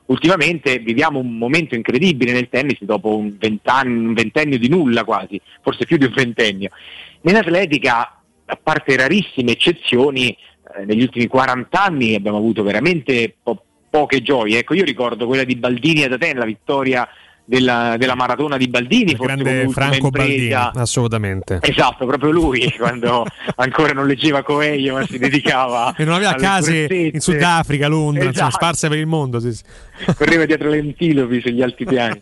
ultimamente viviamo un momento incredibile nel tennis dopo un, vent'anni, un ventennio di nulla quasi, forse più di un ventennio. Nell'atletica, a parte rarissime eccezioni, eh, negli ultimi quaranta anni abbiamo avuto veramente po- poche gioie. Ecco, io ricordo quella di Baldini ad Atene, la vittoria della, della maratona di Baldini, il grande Franco Baldini, assolutamente. Esatto, proprio lui, quando ancora non leggeva Coelho ma si dedicava e non aveva case in Sudafrica, Londra, esatto. Insomma, sparse per il mondo, sì, sì. Correva dietro le antilopi sugli alti piani.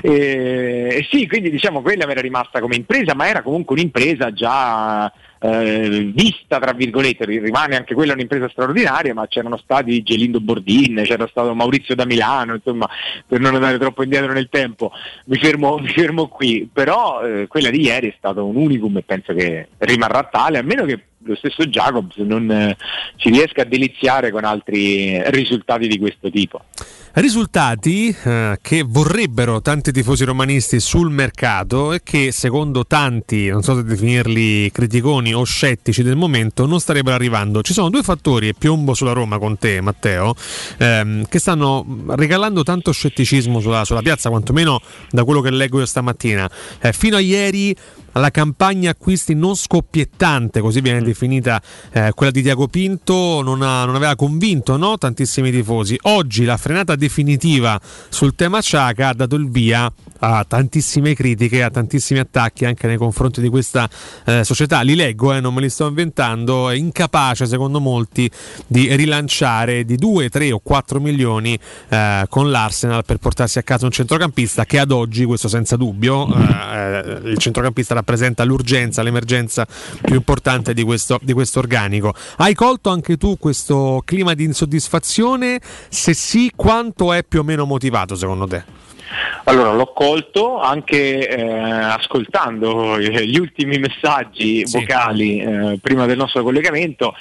e, e sì, quindi diciamo quella mi era rimasta come impresa, ma era comunque un'impresa già eh, vista, tra virgolette. Rimane anche quella un'impresa straordinaria, ma c'erano stati Gelindo Bordin, c'era stato Maurizio da Milano, insomma, per non andare troppo indietro nel tempo mi fermo, mi fermo qui, però eh, quella di ieri è stato un unicum e penso che rimarrà tale, a meno che lo stesso Jacobs non eh, ci riesca a deliziare con altri risultati di questo tipo. Risultati eh, che vorrebbero tanti tifosi romanisti sul mercato e che secondo tanti, non so se definirli criticoni o scettici del momento, non starebbero arrivando. Ci sono due fattori, e piombo sulla Roma con te Matteo, ehm, che stanno regalando tanto scetticismo sulla, sulla piazza, quantomeno da quello che leggo io stamattina. Eh, fino a ieri la campagna acquisti non scoppiettante, così viene definita eh, quella di Tiago Pinto, non, ha, non aveva convinto, no? Tantissimi tifosi. Oggi la frenata definitiva sul tema Xhaka ha dato il via a tantissime critiche, a tantissimi attacchi anche nei confronti di questa eh, società. Li leggo, eh, non me li sto inventando. È incapace, secondo molti, di rilanciare di due, tre o quattro milioni eh, con l'Arsenal per portarsi a casa un centrocampista che ad oggi, questo senza dubbio, eh, il centrocampista rappresenta l'urgenza, l'emergenza più importante di questo, di questo organico. Hai colto anche tu questo clima di insoddisfazione? Se sì, quanto è più o meno motivato secondo te? Allora, l'ho colto anche eh, ascoltando gli ultimi messaggi sì. vocali eh, prima del nostro collegamento,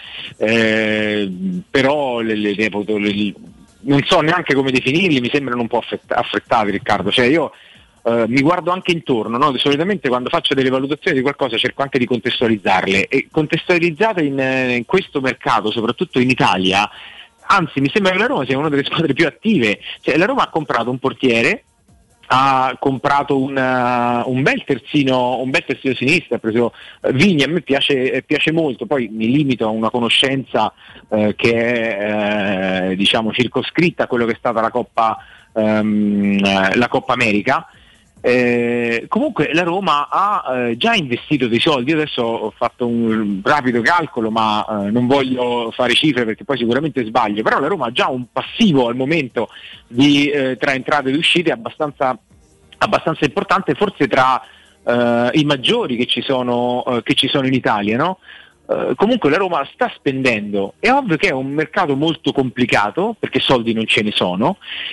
eh, però le, le, le, le, non so neanche come definirli, mi sembrano un po' affrettati, Riccardo. Cioè io Uh, mi guardo anche intorno, no? Solitamente quando faccio delle valutazioni di qualcosa cerco anche di contestualizzarle, e contestualizzate in, in questo mercato, soprattutto in Italia, anzi mi sembra che la Roma sia una delle squadre più attive. Cioè, la Roma ha comprato un portiere, ha comprato un, uh, un bel terzino, un bel terzino sinistro, ha preso uh, Vigna, a me piace, piace molto, poi mi limito a una conoscenza uh, che è uh, diciamo circoscritta a quello che è stata la Coppa, um, la Coppa America. Eh, comunque la Roma ha eh, già investito dei soldi. Io adesso ho fatto un rapido calcolo, ma eh, non voglio fare cifre perché poi sicuramente sbaglio, però la Roma ha già un passivo al momento di, eh, tra entrate ed uscite abbastanza, abbastanza importante, forse tra eh, i maggiori che ci sono, eh, che ci sono in Italia, no? Uh, comunque la Roma sta spendendo. È ovvio che è un mercato molto complicato perché soldi non ce ne sono,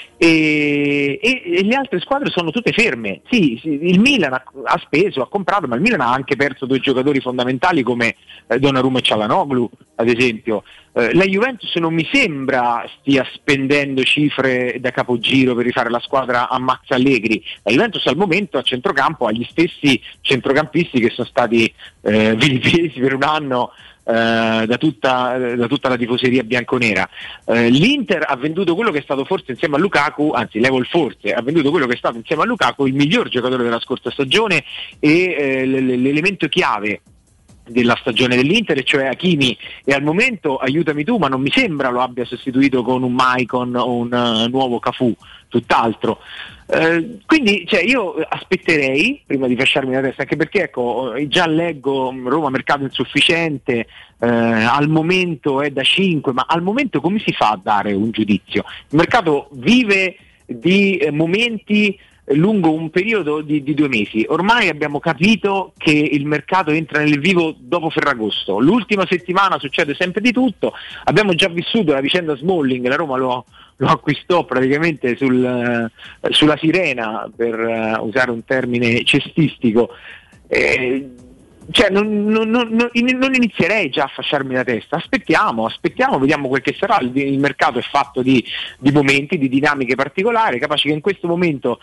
e, e, e le altre squadre sono tutte ferme. Sì, sì, il Milan ha, ha speso, ha comprato, ma il Milan ha anche perso due giocatori fondamentali come eh, Donnarumma e Çalhanoğlu, ad esempio. Uh, la Juventus non mi sembra stia spendendo cifre da capogiro per rifare la squadra a Max Allegri. La Juventus al momento a centrocampo ha gli stessi centrocampisti che sono stati eh, vilipesi per un anno eh, da, tutta, da tutta la tifoseria bianconera. Eh, L'Inter ha venduto quello che è stato forse insieme a Lukaku, anzi levo il forse, ha venduto quello che è stato insieme a Lukaku il miglior giocatore della scorsa stagione e eh, l'elemento chiave della stagione dell'Inter, cioè Hakimi, e al momento, aiutami tu, ma non mi sembra lo abbia sostituito con un Maicon o un uh, nuovo Cafù, tutt'altro. Uh, quindi cioè, io aspetterei prima di fasciarmi la testa, anche perché ecco, già leggo Roma mercato insufficiente, uh, al momento è da cinque, ma al momento come si fa a dare un giudizio? Il mercato vive di eh, momenti lungo un periodo di, di due mesi. Ormai abbiamo capito che il mercato entra nel vivo dopo Ferragosto. L'ultima settimana succede sempre di tutto. Abbiamo già vissuto la vicenda Smalling, la Roma lo, lo acquistò praticamente sul, uh, sulla sirena, per uh, usare un termine cestistico. Eh, Cioè non, non, non, non inizierei già a fasciarmi la testa, aspettiamo, aspettiamo, vediamo quel che sarà. Il, il mercato è fatto di, di momenti, di dinamiche particolari, capaci che in questo momento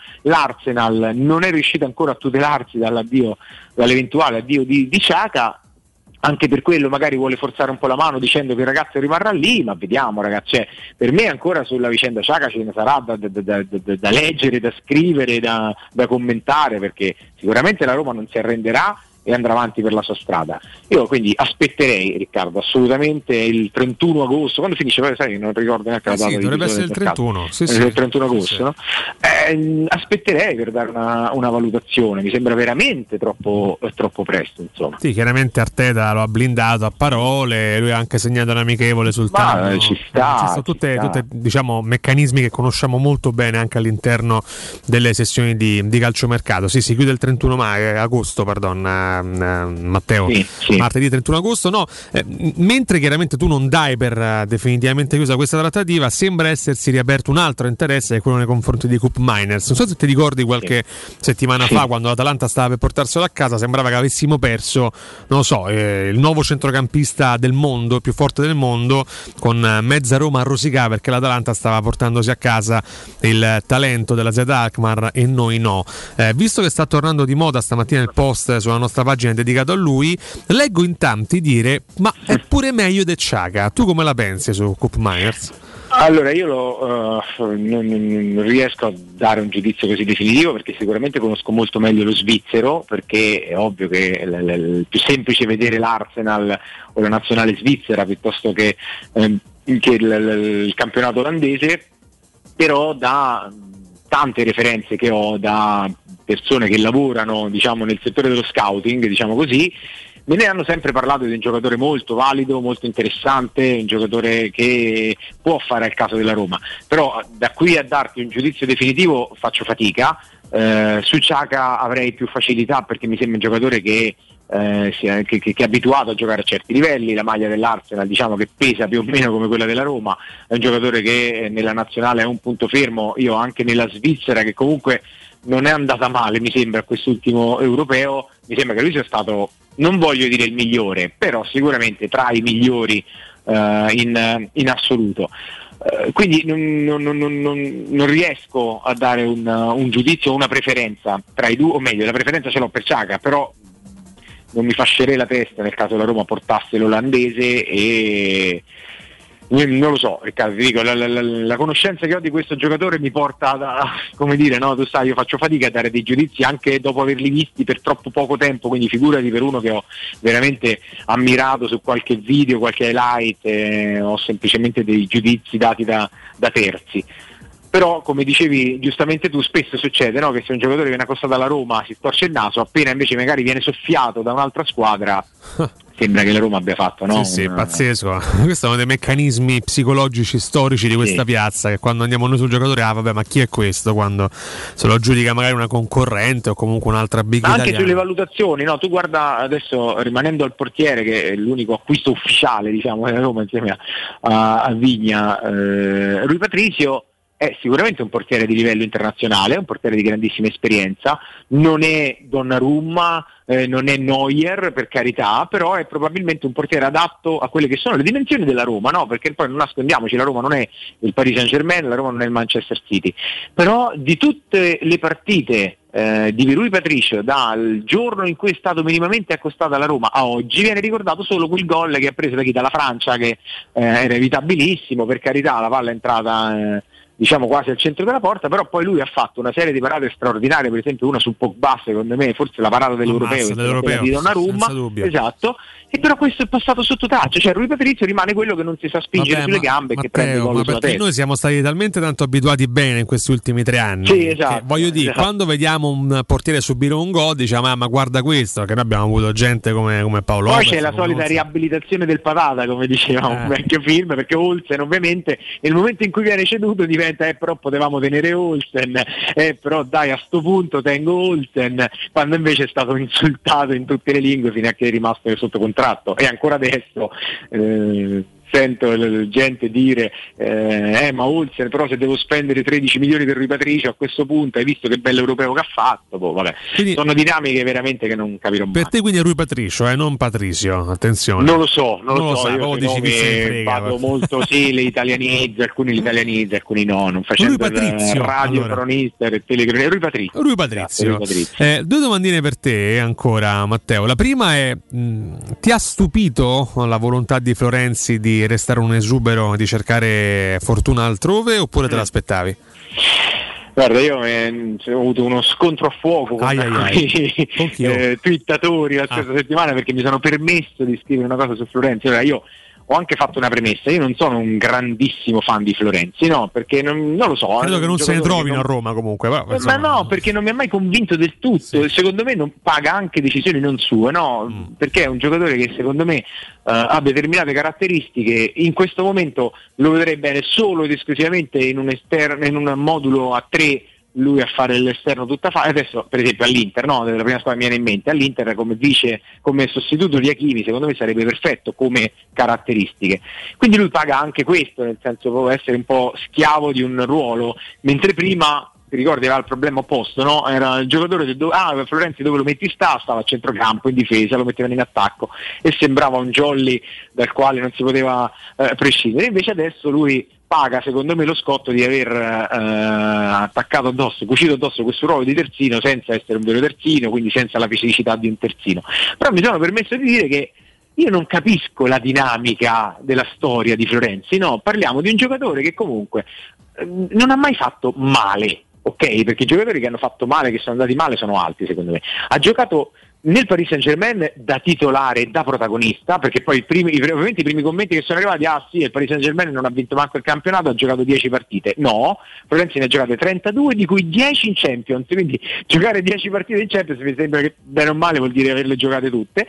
l'Arsenal non è riuscito ancora a tutelarsi dall'addio, dall'eventuale addio di, di Xhaka. anche per quello magari vuole forzare un po' la mano dicendo che il ragazzo rimarrà lì, ma vediamo ragazzi, cioè, per me ancora sulla vicenda Xhaka ce ne sarà da, da, da, da, da leggere, da scrivere, da, da commentare, perché sicuramente la Roma non si arrenderà e andrà avanti per la sua strada. Io quindi aspetterei, Riccardo, assolutamente il trentuno agosto, quando finisce, poi sai, non ricordo neanche la eh data. Sì, di dovrebbe essere il trentuno, sì, sì. il trentuno agosto, sì. No? Eh, aspetterei per dare una, una valutazione, mi sembra veramente troppo, troppo presto, insomma. Sì, chiaramente Arteta lo ha blindato a parole, lui ha anche segnato un amichevole sul tavolo. Ci sta, ci sono tutte, ci sta. tutte diciamo meccanismi che conosciamo molto bene anche all'interno delle sessioni di, di calciomercato. Sì, si chiude il trentuno ma- agosto, pardon. Matteo, sì, sì. martedì trentuno agosto, no, eh, mentre chiaramente tu non dai per uh, definitivamente chiusa questa trattativa, sembra essersi riaperto un altro interesse, che è quello nei confronti di Koop Miners. Non so se ti ricordi qualche sì. settimana sì. fa, quando l'Atalanta stava per portarselo a casa, sembrava che avessimo perso, non lo so, eh, il nuovo centrocampista del mondo, più forte del mondo, con uh, mezza Roma a rosicare perché l'Atalanta stava portandosi a casa il talento della Z Alkmaar e noi no. Eh, visto che sta tornando di moda stamattina il post sulla nostra pagina dedicato a lui, leggo in tanti dire ma è pure meglio De Xhaka. Tu come la pensi su Koop Miners? Allora io lo, uh, non, non riesco a dare un giudizio così definitivo, perché sicuramente conosco molto meglio lo svizzero, perché è ovvio che è l- l- l- più semplice vedere l'Arsenal o la nazionale svizzera piuttosto che, ehm, che il, l- il campionato olandese, però da tante referenze che ho da persone che lavorano, diciamo, nel settore dello scouting, diciamo così, me ne hanno sempre parlato di un giocatore molto valido, molto interessante, un giocatore che può fare al caso della Roma, però da qui a darti un giudizio definitivo faccio fatica. Eh, su Xhaka avrei più facilità, perché mi sembra un giocatore che, eh, sia, che, che, che è abituato a giocare a certi livelli. La maglia dell'Arsenal, diciamo che pesa più o meno come quella della Roma, è un giocatore che nella nazionale è un punto fermo. Io anche nella Svizzera, che comunque non è andata male mi sembra a quest'ultimo europeo, mi sembra che lui sia stato, non voglio dire il migliore, però sicuramente tra i migliori uh, in, in assoluto. Uh, quindi non, non, non, non, non riesco a dare un, un giudizio o una preferenza tra i due, o meglio la preferenza ce l'ho per Xhaka, però non mi fascerei la testa nel caso la Roma portasse l'olandese. E non lo so, Riccardo, ti dico, la, la, la conoscenza che ho di questo giocatore mi porta a, come dire, no, tu sai, io faccio fatica a dare dei giudizi anche dopo averli visti per troppo poco tempo, quindi figurati per uno che ho veramente ammirato su qualche video, qualche highlight, eh, ho semplicemente dei giudizi dati da, da terzi. Però, come dicevi giustamente tu, spesso succede, no, che se un giocatore viene accostato alla Roma si storce il naso, appena invece magari viene soffiato da un'altra squadra sembra che la Roma abbia fatto, no? Sì, sì, Una... pazzesco. Questi sono dei meccanismi psicologici storici di questa sì. piazza, che quando andiamo noi sul giocatore, ah vabbè, ma chi è questo? Quando se lo giudica magari una concorrente o comunque un'altra big ma anche italiana. Sulle valutazioni, no? Tu guarda adesso, rimanendo al portiere, che è l'unico acquisto ufficiale, diciamo, della Roma insieme a, a Vigna, eh, Rui Patricio è sicuramente un portiere di livello internazionale, un portiere di grandissima esperienza, non è Donnarumma, eh, non è Neuer, per carità, però è probabilmente un portiere adatto a quelle che sono le dimensioni della Roma, no? Perché poi non nascondiamoci, la Roma non è il Paris Saint-Germain, la Roma non è il Manchester City, però di tutte le partite eh, di Rui Patricio dal giorno in cui è stato minimamente accostato alla Roma a oggi viene ricordato solo quel gol che ha preso da chi? Dalla Francia, che eh, era evitabilissimo, per carità, la palla è entrata eh, diciamo quasi al centro della porta, però poi lui ha fatto una serie di parate straordinarie, per esempio una su Pogba, secondo me forse la parata dell'Europeo, Ammazza, dell'Europeo di Donnarumma, esatto, e però questo è passato sotto traccia, cioè Rui Patrizio rimane quello che non si sa spingere Vabbè, sulle ma, gambe e Matteo, che prende gol ma sulla perché testa. noi siamo stati talmente tanto abituati bene in questi ultimi tre anni, sì, esatto, che, voglio dire, esatto. quando vediamo un portiere subire un gol diciamo ah, ma guarda questo, che noi abbiamo avuto gente come, come Paolo poi Lopez, c'è la solita Olsen. Riabilitazione del patata, come diceva eh. un vecchio film, perché Olsen ovviamente nel momento in cui viene ceduto diventa eh però potevamo tenere Olsen, eh però dai a sto punto tengo Olsen, quando invece è stato insultato in tutte le lingue fino a che è rimasto sotto contratto, e ancora adesso eh, sento l- gente dire eh, eh ma Olsen però se devo spendere tredici milioni per Rui Patricio a questo punto, hai visto che bello europeo che ha fatto, boh, vabbè. Quindi, sono dinamiche veramente che non capirò mai. Per te quindi è Rui Patricio, eh, non Patrizio, attenzione. Non lo so, non, non lo so, lo so, io dici, vado molto sì, le italianizzo, alcuni li italianizzo, alcuni no, non facendo Rui Patrizio, radio allora. cronista e telecronista. Rui Patrizio. Rui Patrizio. Rui Patrizio. Eh, due domandine per te ancora, Matteo. La prima è, mh, ti ha stupito la volontà di Florenzi di restare un esubero, di cercare fortuna altrove, oppure te l'aspettavi? Guarda, io eh, ho avuto uno scontro a fuoco con i eh, twittatori la scorsa ah. settimana, perché mi sono permesso di scrivere una cosa su Florenzi. Allora, io ho anche fatto una premessa, io non sono un grandissimo fan di Florenzi, no, perché non, non lo so. Credo che non se ne trovino non... a Roma comunque. Però, ma insomma... no, perché non mi ha mai convinto del tutto, sì. Secondo me non paga anche decisioni non sue, no, mm. perché è un giocatore che secondo me uh, ha determinate caratteristiche, in questo momento lo vedrei bene solo ed esclusivamente in un esterno, in un modulo a tre, lui a fare l'esterno tutta fa. Adesso per esempio all'Inter, no, della prima squadra mi viene in mente, all'Inter come vice, come sostituto di Hakimi secondo me sarebbe perfetto come caratteristiche, quindi lui paga anche questo, nel senso può essere un po' schiavo di un ruolo, mentre prima ti ricordi era il problema opposto, no? Era il giocatore che do- ah, Florenzi dove lo metti sta, stava a centrocampo, in difesa, lo mettevano in attacco e sembrava un jolly dal quale non si poteva eh, prescindere, invece adesso lui paga secondo me lo scotto di aver eh, attaccato addosso, cucito addosso questo ruolo di terzino senza essere un vero terzino, quindi senza la fisicità di un terzino. Però mi sono permesso di dire che io non capisco la dinamica della storia di Florenzi, no, parliamo di un giocatore che comunque eh, non ha mai fatto male, ok? Perché i giocatori che hanno fatto male, che sono andati male, sono altri secondo me. Ha giocato nel Paris Saint-Germain da titolare, da protagonista, perché poi i primi, ovviamente i primi commenti che sono arrivati, ah sì, il Paris Saint-Germain non ha vinto manco il campionato, ha giocato dieci partite. No, Florenzi ne ha giocate trentadue, di cui dieci in Champions, quindi giocare dieci partite in Champions mi sembra che bene o male vuol dire averle giocate tutte.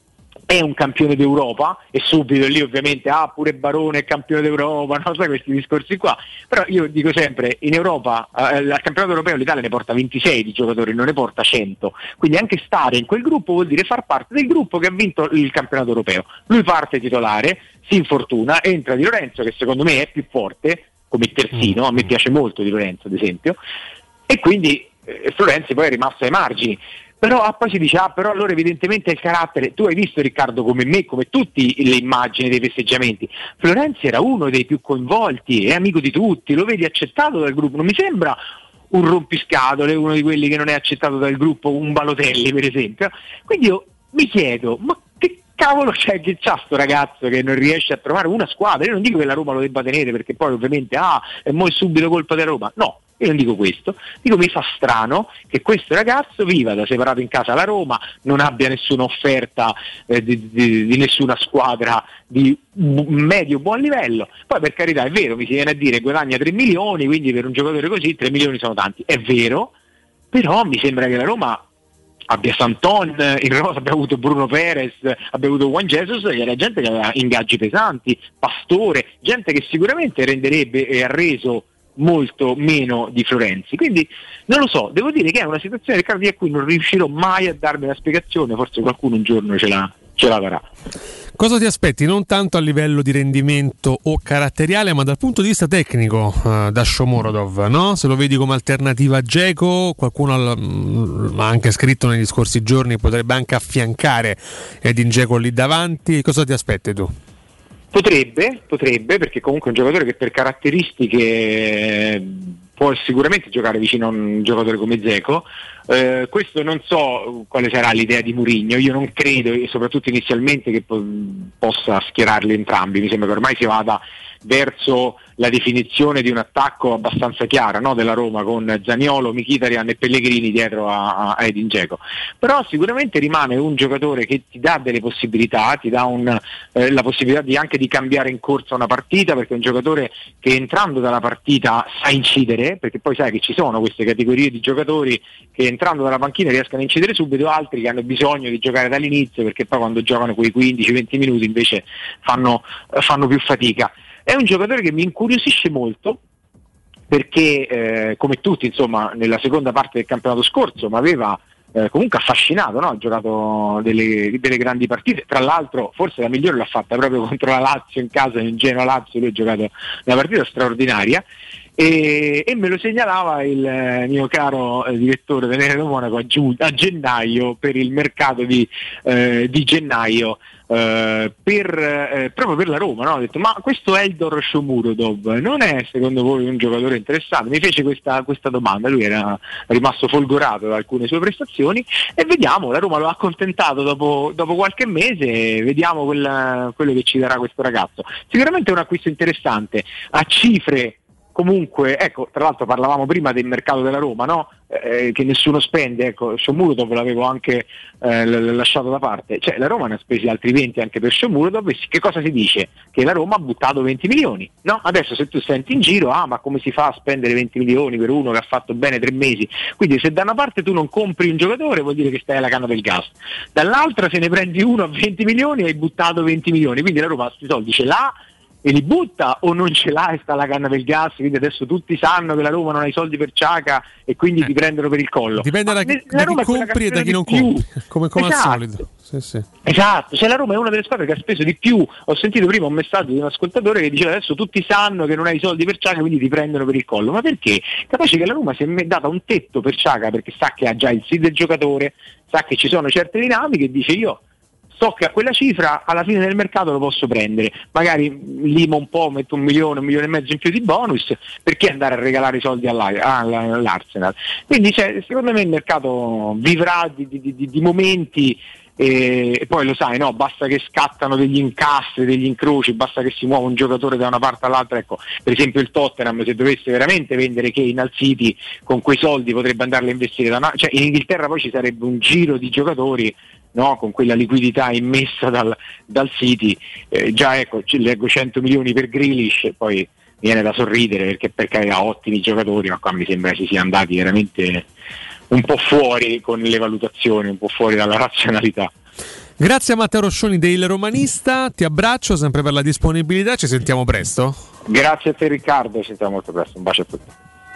È un campione d'Europa e subito lì ovviamente ah pure Barone è campione d'Europa, no, sai questi discorsi qua, però io dico sempre in Europa eh, al campionato europeo l'Italia ne porta ventisei di giocatori, non ne porta cento, quindi anche stare in quel gruppo vuol dire far parte del gruppo che ha vinto il campionato europeo. Lui parte titolare, si infortuna, entra Di Lorenzo che secondo me è più forte come terzino, a me piace molto Di Lorenzo ad esempio, e quindi eh, Florenzi poi è rimasto ai margini. Però ah, poi si dice, ah però allora evidentemente il carattere, tu hai visto Riccardo come me, come tutti le immagini dei festeggiamenti, Florenzi era uno dei più coinvolti, è amico di tutti, lo vedi accettato dal gruppo, non mi sembra un rompiscatole, uno di quelli che non è accettato dal gruppo, un Balotelli per esempio, quindi io mi chiedo, ma che cavolo c'è che c'ha sto ragazzo che non riesce a trovare una squadra? Io non dico che la Roma lo debba tenere perché poi ovviamente ah, è mo' subito colpa della Roma, no. Io non dico questo, dico mi fa strano che questo ragazzo viva da separato in casa alla Roma, non abbia nessuna offerta eh, di, di, di nessuna squadra di medio buon livello. Poi per carità è vero, mi si viene a dire guadagna tre milioni, quindi per un giocatore così tre milioni sono tanti, è vero, però mi sembra che la Roma abbia Santon, in rosa abbia avuto Bruno Perez, abbia avuto Juan Jesus, c'era gente che aveva ingaggi pesanti, Pastore, gente che sicuramente renderebbe e ha reso molto meno di Florenzi, quindi non lo so, devo dire che è una situazione a cui non riuscirò mai a darmi una spiegazione, forse qualcuno un giorno ce la, ce la darà. Cosa ti aspetti non tanto a livello di rendimento o caratteriale, ma dal punto di vista tecnico uh, da Shomurodov, no? Se lo vedi come alternativa a Dzeko, qualcuno ha anche scritto negli scorsi giorni potrebbe anche affiancare Edin Dzeko lì davanti, cosa ti aspetti tu? Potrebbe, potrebbe, perché comunque è un giocatore che per caratteristiche può sicuramente giocare vicino a un giocatore come Dzeko. Eh, questo non so quale sarà l'idea di Mourinho, io non credo, e soprattutto inizialmente, che po- possa schierarli entrambi. Mi sembra che ormai si vada verso la definizione di un attacco abbastanza chiara, no, della Roma, con Zaniolo, Mkhitaryan e Pellegrini dietro a, a Edin Dzeko. Però sicuramente rimane un giocatore che ti dà delle possibilità, ti dà un, eh, la possibilità di anche di cambiare in corsa una partita, perché è un giocatore che entrando dalla partita sa incidere, perché poi sai che ci sono queste categorie di giocatori che entrando dalla panchina riescono a incidere subito, altri che hanno bisogno di giocare dall'inizio, perché poi quando giocano quei quindici venti minuti invece fanno, fanno più fatica. È un giocatore che mi incuriosisce molto perché eh, come tutti insomma nella seconda parte del campionato scorso ma aveva eh, comunque affascinato, no? Ha giocato delle, delle grandi partite, tra l'altro forse la migliore l'ha fatta proprio contro la Lazio in casa, in Genoa-Lazio, lui ha giocato una partita straordinaria. E, e me lo segnalava il eh, mio caro eh, direttore Venere Monaco a, giu- a gennaio, per il mercato di, eh, di gennaio, eh, per, eh, proprio per la Roma, no? Ho detto: ma questo Eldor Shomurodov non è secondo voi un giocatore interessante? Mi fece questa, questa domanda, lui era rimasto folgorato da alcune sue prestazioni, e vediamo, la Roma lo ha accontentato dopo, dopo qualche mese, vediamo quella, quello che ci darà questo ragazzo. Sicuramente è un acquisto interessante, a cifre comunque, ecco, tra l'altro parlavamo prima del mercato della Roma, no? Eh, che nessuno spende, ecco, Shomurodov l'avevo anche eh, l- lasciato da parte, cioè la Roma ne ha spesi altri venti anche per Shomurodov, e che cosa si dice? Che la Roma ha buttato venti milioni, no? Adesso se tu senti in giro, ah ma come si fa a spendere venti milioni per uno che ha fatto bene tre mesi? Quindi se da una parte tu non compri un giocatore, vuol dire che stai alla canna del gas, dall'altra se ne prendi uno a venti milioni hai buttato venti milioni, quindi la Roma questi soldi ce l'ha e li butta, o non ce l'ha e sta alla canna del gas, quindi adesso tutti sanno che la Roma non ha i soldi per Xhaka e quindi eh. ti prendono per il collo. Dipende da, chi, da chi compri e da chi non compri, come, come esatto. al solito. Sì, sì. Esatto, cioè la Roma è una delle squadre che ha speso di più. Ho sentito prima un messaggio di un ascoltatore che diceva: adesso tutti sanno che non hai i soldi per Xhaka, quindi ti prendono per il collo. Ma perché? Capace che la Roma si è data un tetto per Xhaka, perché sa che ha già il sì del giocatore, sa che ci sono certe dinamiche, e dice: io so che a quella cifra alla fine del mercato lo posso prendere, magari limo un po', metto un milione, un milione e mezzo in più di bonus, perché andare a regalare i soldi all'Arsenal? Quindi cioè, secondo me il mercato vivrà di, di, di, di momenti, e poi lo sai, no? Basta che scattano degli incastri, degli incroci, basta che si muova un giocatore da una parte all'altra. Ecco, per esempio il Tottenham, se dovesse veramente vendere Kane al City, con quei soldi potrebbe andarli a investire da una... cioè in Inghilterra poi ci sarebbe un giro di giocatori, no? Con quella liquidità immessa dal, dal City, eh, già ecco, leggo cento milioni per Grealish, poi viene da sorridere perché perché ha ottimi giocatori, ma qua mi sembra si sia andati veramente un po' fuori con le valutazioni, un po' fuori dalla razionalità. Grazie a Matteo Roscioni del Romanista, ti abbraccio sempre per la disponibilità, ci sentiamo presto. Grazie a te Riccardo, ci sentiamo molto presto, un bacio a tutti.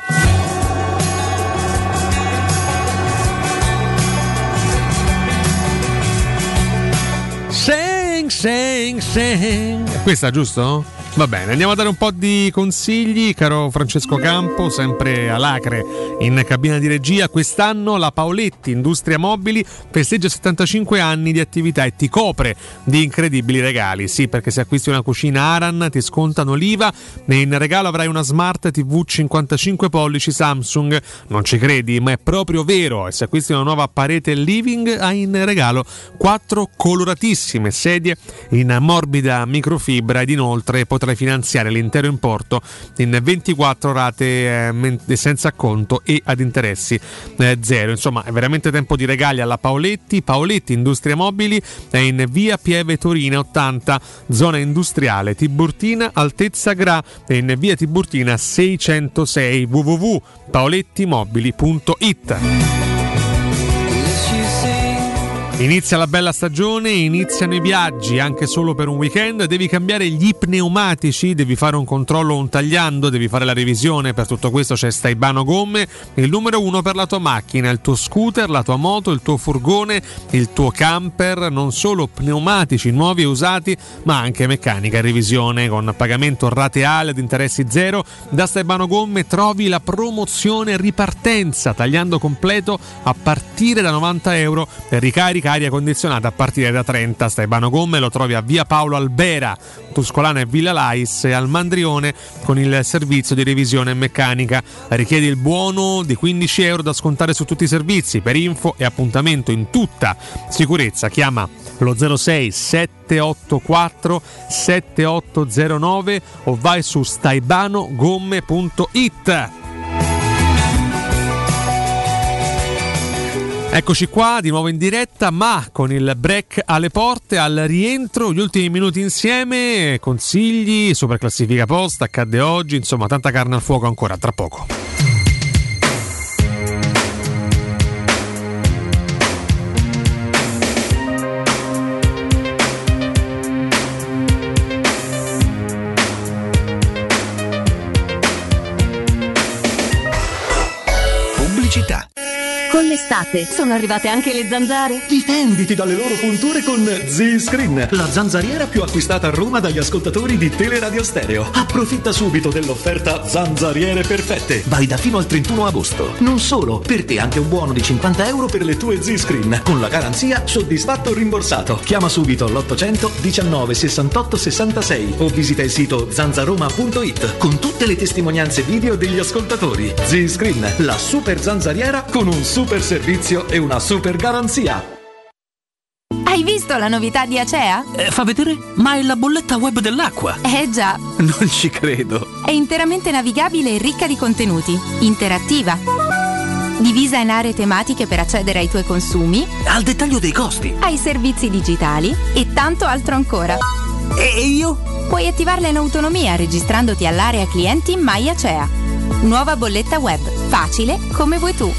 Sing, sing, sing. Questa giusto? Va bene, andiamo a dare un po' di consigli, caro Francesco Campo, sempre all'Acre in cabina di regia. Quest'anno la Paoletti Industria Mobili festeggia settantacinque anni di attività e ti copre di incredibili regali. Sì, perché se acquisti una cucina Aran ti scontano l'I V A e in regalo avrai una Smart tivù cinquantacinque pollici Samsung. Non ci credi, ma è proprio vero. E se acquisti una nuova parete living hai in regalo quattro coloratissime sedie in morbida microfibra, ed inoltre potrai finanziare l'intero importo in ventiquattro rate eh, senza acconto e ad interessi eh, zero. Insomma, è veramente tempo di regali alla Paoletti. Paoletti Industria Mobili è in via Pieve Torina ottanta, zona industriale Tiburtina, altezza Gra, e in via Tiburtina seicentosei. w w w punto paolettimobili punto it. Inizia la bella stagione, iniziano i viaggi anche solo per un weekend. Devi cambiare gli pneumatici, devi fare un controllo o un tagliando, devi fare la revisione. Per tutto questo c'è Staibano Gomme, il numero uno per la tua macchina, il tuo scooter, la tua moto, il tuo furgone, il tuo camper. Non solo pneumatici nuovi e usati, ma anche meccanica e revisione con pagamento rateale ad interessi zero. Da Staibano Gomme trovi la promozione ripartenza, tagliando completo a partire da novanta euro e ricarica aria condizionata a partire da trenta. Staibano Gomme lo trovi a via Paolo Albera, Tuscolana e Villa Lais, e al Mandrione con il servizio di revisione meccanica. Richiedi il buono di quindici euro da scontare su tutti i servizi. Per info e appuntamento in tutta sicurezza chiama lo zero sei sette otto quattro sette otto zero nove o vai su staibano gomme punto it. Eccoci qua di nuovo in diretta, ma con il break alle porte, al rientro, gli ultimi minuti insieme, consigli, super classifica post, accadde oggi, insomma tanta carne al fuoco ancora, tra poco. Pubblicità. Con l'estate sono arrivate anche le zanzare. Difenditi dalle loro punture con Z-Screen, la zanzariera più acquistata a Roma dagli ascoltatori di Teleradio Stereo. Approfitta subito dell'offerta Zanzariere Perfette, valida fino al trentuno agosto. Non solo, per te anche un buono di cinquanta euro per le tue Z-Screen, con la garanzia soddisfatto o rimborsato. Chiama subito l'ottocento diciannove sessantotto sessantasei o visita il sito zanzaroma punto it con tutte le testimonianze video degli ascoltatori. Z-Screen, la super zanzariera con un super servizio e una super garanzia. Hai visto la novità di Acea? Eh, fa vedere? Ma è la bolletta web dell'acqua. Eh già. Non ci credo. È interamente navigabile e ricca di contenuti. Interattiva. Divisa in aree tematiche per accedere ai tuoi consumi. Al dettaglio dei costi. Ai servizi digitali e tanto altro ancora. E io? Puoi attivarla in autonomia registrandoti all'area clienti My Acea. Nuova bolletta web. Facile come vuoi tu.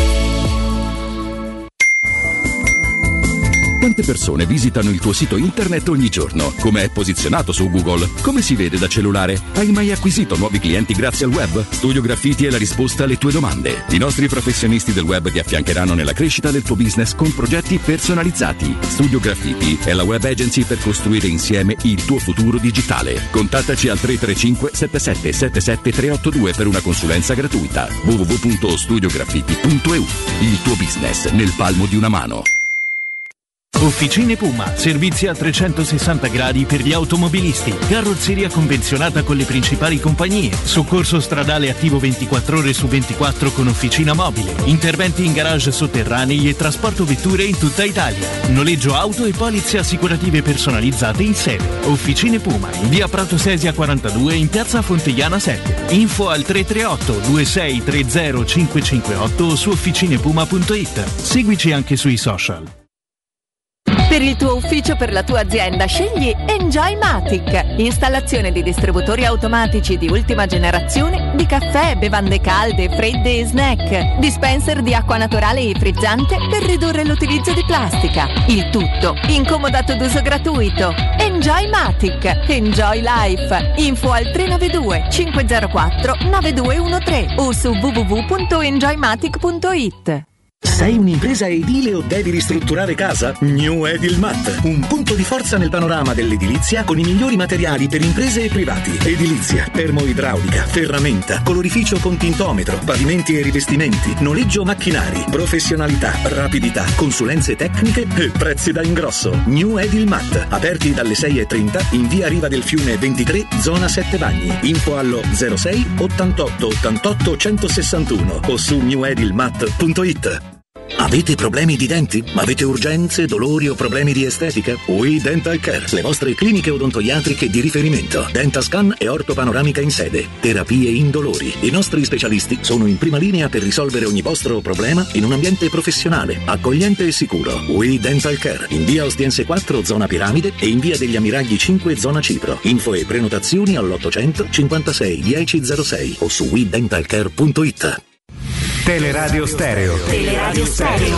Quante persone visitano il tuo sito internet ogni giorno? Come è posizionato su Google? Come si vede da cellulare? Hai mai acquisito nuovi clienti grazie al web? Studio Graffiti è la risposta alle tue domande. I nostri professionisti del web ti affiancheranno nella crescita del tuo business con progetti personalizzati. Studio Graffiti è la web agency per costruire insieme il tuo futuro digitale. Contattaci al tre tre cinque sette sette sette sette tre otto due per una consulenza gratuita. w w w punto studio graffiti punto e u. Il tuo business nel palmo di una mano. Officine Puma, servizi a trecentosessanta gradi per gli automobilisti, carrozzeria convenzionata con le principali compagnie, soccorso stradale attivo ventiquattro ore su ventiquattro con officina mobile, interventi in garage sotterranei e trasporto vetture in tutta Italia, noleggio auto e polizze assicurative personalizzate in sede. Officine Puma, in via Prato Sesia quarantadue in piazza Fontegliana sette. Info al tre tre otto due sei tre zero cinque cinque otto o su officinepuma punto it. Seguici anche sui social. Per il tuo ufficio, per la tua azienda, scegli Enjoymatic. Installazione di distributori automatici di ultima generazione di caffè, bevande calde, fredde e snack. Dispenser di acqua naturale e frizzante per ridurre l'utilizzo di plastica. Il tutto incomodato d'uso gratuito. Enjoymatic. Enjoy Life. Info al tre nove due cinque zero quattro nove due uno tre o su w w w punto enjoymatic punto it. Sei un'impresa edile o devi ristrutturare casa? New Edilmat, un punto di forza nel panorama dell'edilizia con i migliori materiali per imprese e privati. Edilizia, termoidraulica, ferramenta, colorificio con tintometro, pavimenti e rivestimenti, noleggio macchinari, professionalità, rapidità, consulenze tecniche e prezzi da ingrosso. New Edilmat, aperti dalle sei e trenta in via Riva del Fiume ventitré, zona Sette Bagni. Info allo zero sei ottantotto ottantotto centosessantuno o su new edilmat punto it. Avete problemi di denti? Avete urgenze, dolori o problemi di estetica? We Dental Care, le vostre cliniche odontoiatriche di riferimento. Dentascan e ortopanoramica in sede. Terapie indolori. I nostri specialisti sono in prima linea per risolvere ogni vostro problema in un ambiente professionale, accogliente e sicuro. We Dental Care, in via Ostiense quattro, zona Piramide e in via degli Ammiragli cinque, zona Cipro. Info e prenotazioni all'ottocento cinquantasei dieci zero sei o su we dental care punto it. Teleradio Stereo. Teleradio Stereo.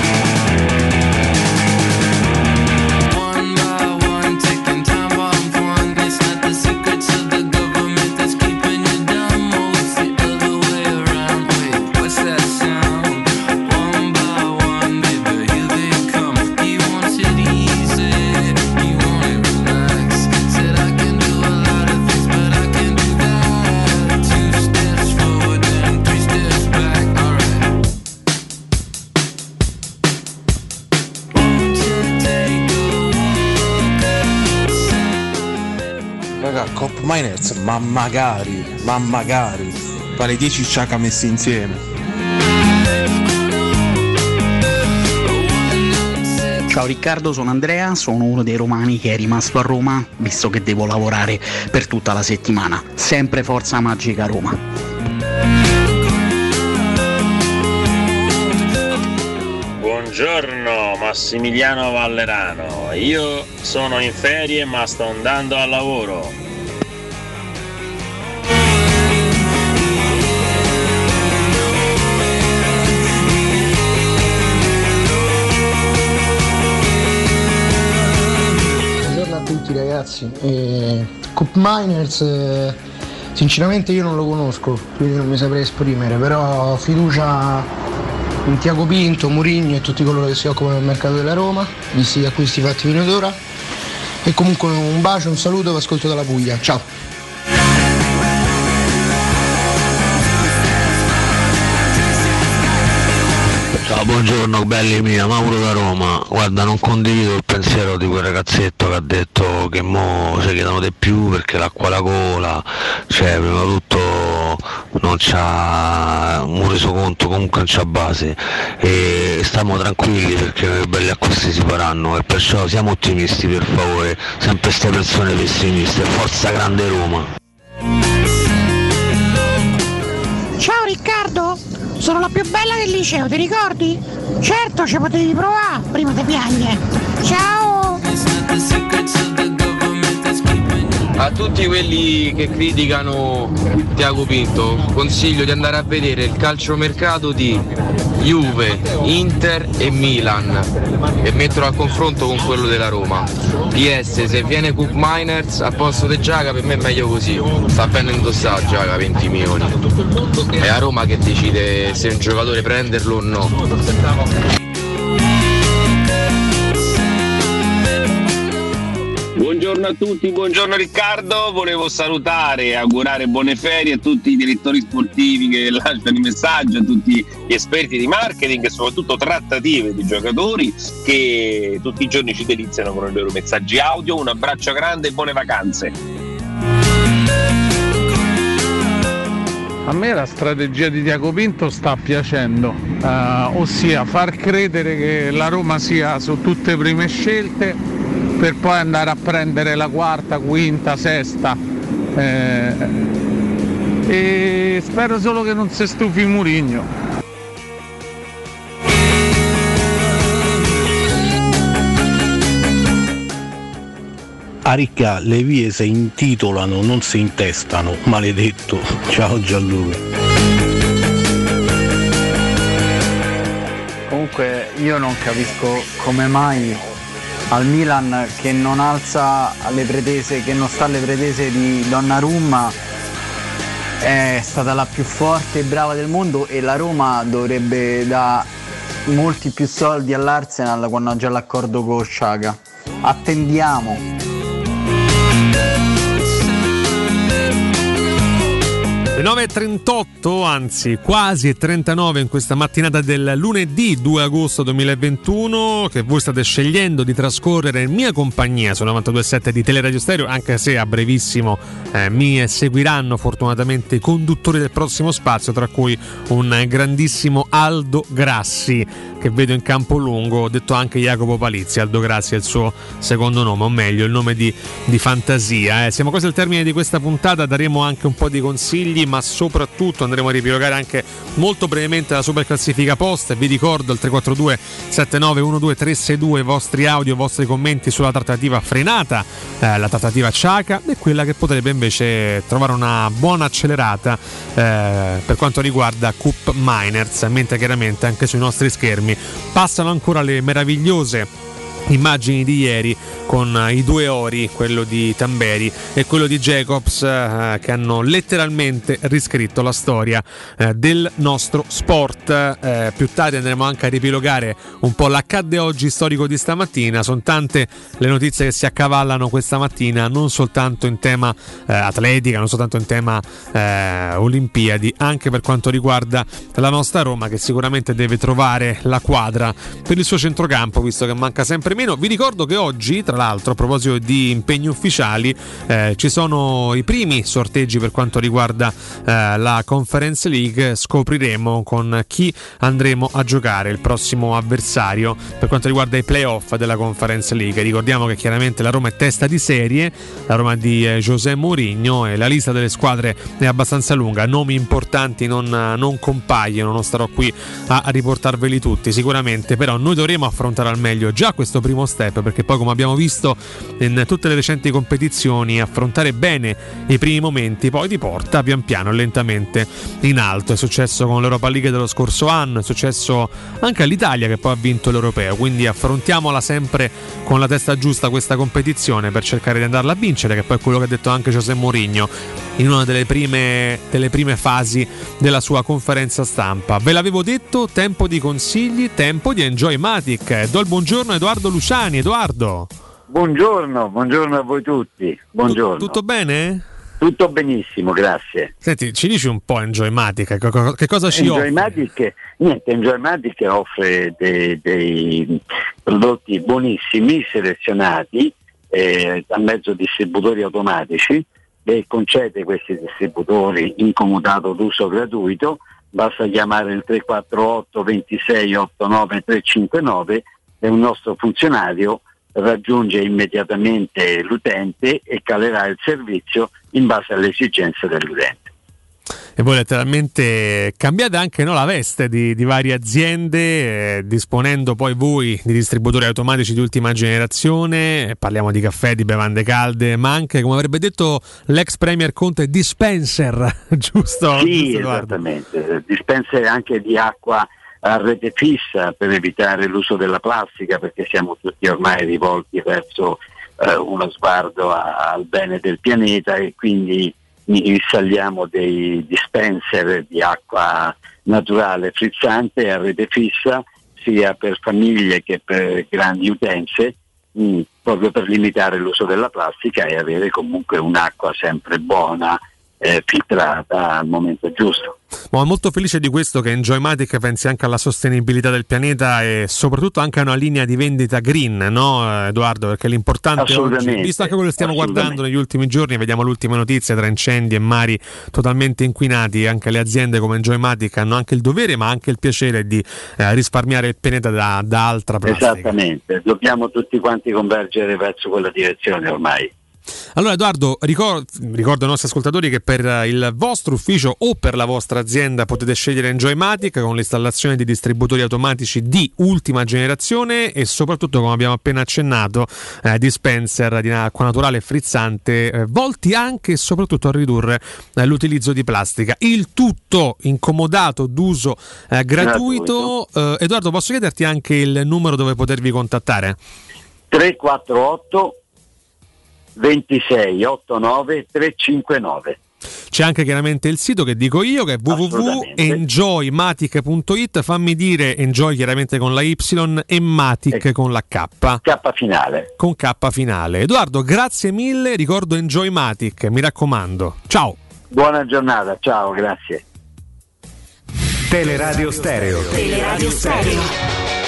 Cop Miners, ma magari, ma magari vale dieci ciacca messi insieme. Ciao Riccardo, sono Andrea, sono uno dei romani che è rimasto a Roma visto che devo lavorare per tutta la settimana. Sempre Forza Magica Roma. Buongiorno Massimiliano Vallerano, io sono in ferie ma sto andando al lavoro. Buongiorno a tutti ragazzi, eh, Cup Miners eh, sinceramente io non lo conosco, quindi non mi saprei esprimere, però fiducia un Tiago Pinto, Mourinho e tutti coloro che si occupano del mercato della Roma, visti gli acquisti fatti fino ad ora. E comunque un bacio, un saluto e vi ascolto dalla Puglia. Ciao. Ciao, buongiorno belli mia, Mauro da Roma. Guarda, non condivido il pensiero di quel ragazzetto che ha detto che mo si chiedono di più perché l'acqua alla gola, cioè prima di tutto non c'ha un resoconto, comunque non c'ha base, e stiamo tranquilli perché i belli acquisti si faranno, e perciò siamo ottimisti, per favore, sempre queste persone pessimiste. Forza grande Roma. Ciao Riccardo, sono la più bella del liceo, ti ricordi? Certo, ci potevi provare prima di piangere. Ciao! A tutti quelli che criticano Tiago Pinto consiglio di andare a vedere il calciomercato di Juve, Inter e Milan e metterlo a confronto con quello della Roma. P S, se viene Cup Miners a posto di Giaga, per me è meglio così, sta bene indossato Giaga, venti milioni. È a Roma che decide se un giocatore prenderlo o no. Buongiorno a tutti, buongiorno Riccardo, volevo salutare e augurare buone ferie a tutti i direttori sportivi che lasciano i messaggi, a tutti gli esperti di marketing e soprattutto trattative di giocatori che tutti i giorni ci deliziano con i loro messaggi audio. Un abbraccio grande e buone vacanze. A me la strategia di Tiago Pinto sta piacendo, uh, ossia far credere che la Roma sia su tutte le prime scelte per poi andare a prendere la quarta, quinta, sesta, eh, e spero solo che non si stufi Mourinho. A Ricca, le vie si intitolano, non si intestano, maledetto. Ciao Gianluca. Comunque io non capisco come mai al Milan, che non alza alle pretese, che non sta alle pretese di Donnarumma, è stata la più forte e brava del mondo, e la Roma dovrebbe dare molti più soldi all'Arsenal quando ha già l'accordo con Sciaga. Attendiamo. Le nove e trentotto, anzi quasi e trentanove in questa mattinata del lunedì due agosto duemilaventuno, che voi state scegliendo di trascorrere in mia compagnia su novantadue virgola sette di Teleradio Stereo, anche se a brevissimo eh, mi seguiranno fortunatamente i conduttori del prossimo spazio, tra cui un grandissimo Aldo Grassi che vedo in campo lungo. Ho detto anche Jacopo Palizzi. Aldo Grassi è il suo secondo nome, o meglio il nome di, di fantasia. Eh. Siamo quasi al termine di questa puntata, daremo anche un po' di consigli, ma soprattutto andremo a riepilogare anche molto brevemente la super classifica post. Vi ricordo il tre quattro due sette nove uno due tre sei due, i vostri audio, i vostri commenti sulla trattativa frenata, eh, la trattativa Sciaca, e quella che potrebbe invece trovare una buona accelerata eh, per quanto riguarda Cup Miners, mentre chiaramente anche sui nostri schermi passano ancora le meravigliose immagini di ieri con i due ori, quello di Tamberi e quello di Jacobs, eh, che hanno letteralmente riscritto la storia eh, del nostro sport. Eh, più tardi andremo anche a ripilogare un po' l'accadde oggi storico di stamattina. Sono tante le notizie che si accavallano questa mattina, non soltanto in tema eh, atletica, non soltanto in tema eh, Olimpiadi, anche per quanto riguarda la nostra Roma, che sicuramente deve trovare la quadra per il suo centrocampo, visto che manca sempre meno. Vi ricordo che oggi, tra l'altro, a proposito di impegni ufficiali, eh, ci sono i primi sorteggi per quanto riguarda eh, la Conference League. Scopriremo con chi andremo a giocare, il prossimo avversario per quanto riguarda i playoff della Conference League. Ricordiamo che chiaramente la Roma è testa di serie, la Roma di eh, José Mourinho, e la lista delle squadre è abbastanza lunga, nomi importanti non, non compaiono, non starò qui a, a riportarveli tutti sicuramente, però noi dovremo affrontare al meglio già questo primo step, perché poi, come abbiamo visto in tutte le recenti competizioni, affrontare bene i primi momenti poi ti porta pian piano e lentamente in alto. È successo con l'Europa League dello scorso anno, è successo anche all'Italia che poi ha vinto l'Europeo, quindi affrontiamola sempre con la testa giusta questa competizione per cercare di andarla a vincere, che poi è quello che ha detto anche José Mourinho. in una delle prime, delle prime fasi della sua conferenza stampa. Ve l'avevo detto, tempo di consigli, tempo di Enjoymatic. Do il buongiorno a Edoardo Luciani. Edoardo. Buongiorno, buongiorno a voi tutti. Buongiorno. Tutto bene? Tutto benissimo, grazie. Senti, ci dici un po' Enjoymatic, che cosa ci Enjoymatic, offre? Niente, Enjoymatic offre dei, dei prodotti buonissimi, selezionati eh, a mezzo di distributori automatici, e concede questi distributori in comodato d'uso gratuito. Basta chiamare il tre quattro otto ventisei ottantanove trecentocinquantanove e un nostro funzionario raggiunge immediatamente l'utente e calerà il servizio in base alle esigenze dell'utente. E voi letteralmente cambiate anche, no, la veste di, di varie aziende, eh, disponendo poi voi di distributori automatici di ultima generazione. Parliamo di caffè, di bevande calde, ma anche, come avrebbe detto l'ex Premier Conte, dispenser, giusto? Sì, giusto, esattamente, dispenser anche di acqua a rete fissa per evitare l'uso della plastica, perché siamo tutti ormai rivolti verso eh, uno sguardo a, al bene del pianeta, e quindi installiamo dei dispenser di acqua naturale frizzante a rete fissa sia per famiglie che per grandi utenze, mh, proprio per limitare l'uso della plastica e avere comunque un'acqua sempre buona, eh, filtrata al momento giusto. Ma molto felice di questo, che Enjoymatic pensi anche alla sostenibilità del pianeta e soprattutto anche a una linea di vendita green, no Edoardo? Perché l'importante oggi, visto anche quello che stiamo guardando negli ultimi giorni, vediamo l'ultima notizia tra incendi e mari totalmente inquinati, anche le aziende come Enjoymatic hanno anche il dovere ma anche il piacere di eh, risparmiare il pianeta da, da altra plastica. Esattamente, dobbiamo tutti quanti convergere verso quella direzione ormai. Allora Edoardo, ricordo, ricordo ai nostri ascoltatori che per il vostro ufficio o per la vostra azienda potete scegliere Enjoymatic con l'installazione di distributori automatici di ultima generazione e soprattutto, come abbiamo appena accennato, eh, dispenser di acqua naturale frizzante, eh, volti anche e soprattutto a ridurre eh, l'utilizzo di plastica. Il tutto incomodato d'uso eh, gratuito. gratuito. Eh, Edoardo, posso chiederti anche il numero dove potervi contattare? tre quattro otto ventisei ottantanove trecentocinquantanove. C'è anche chiaramente il sito che dico io, che è w w w punto enjoymatic punto it. Fammi dire Enjoy chiaramente con la Y e Matic con la K. K finale. Con K finale. Edoardo, grazie mille, ricordo Enjoymatic, mi raccomando. Ciao. Buona giornata, ciao, grazie. Teleradio Stereo. Teleradio Stereo.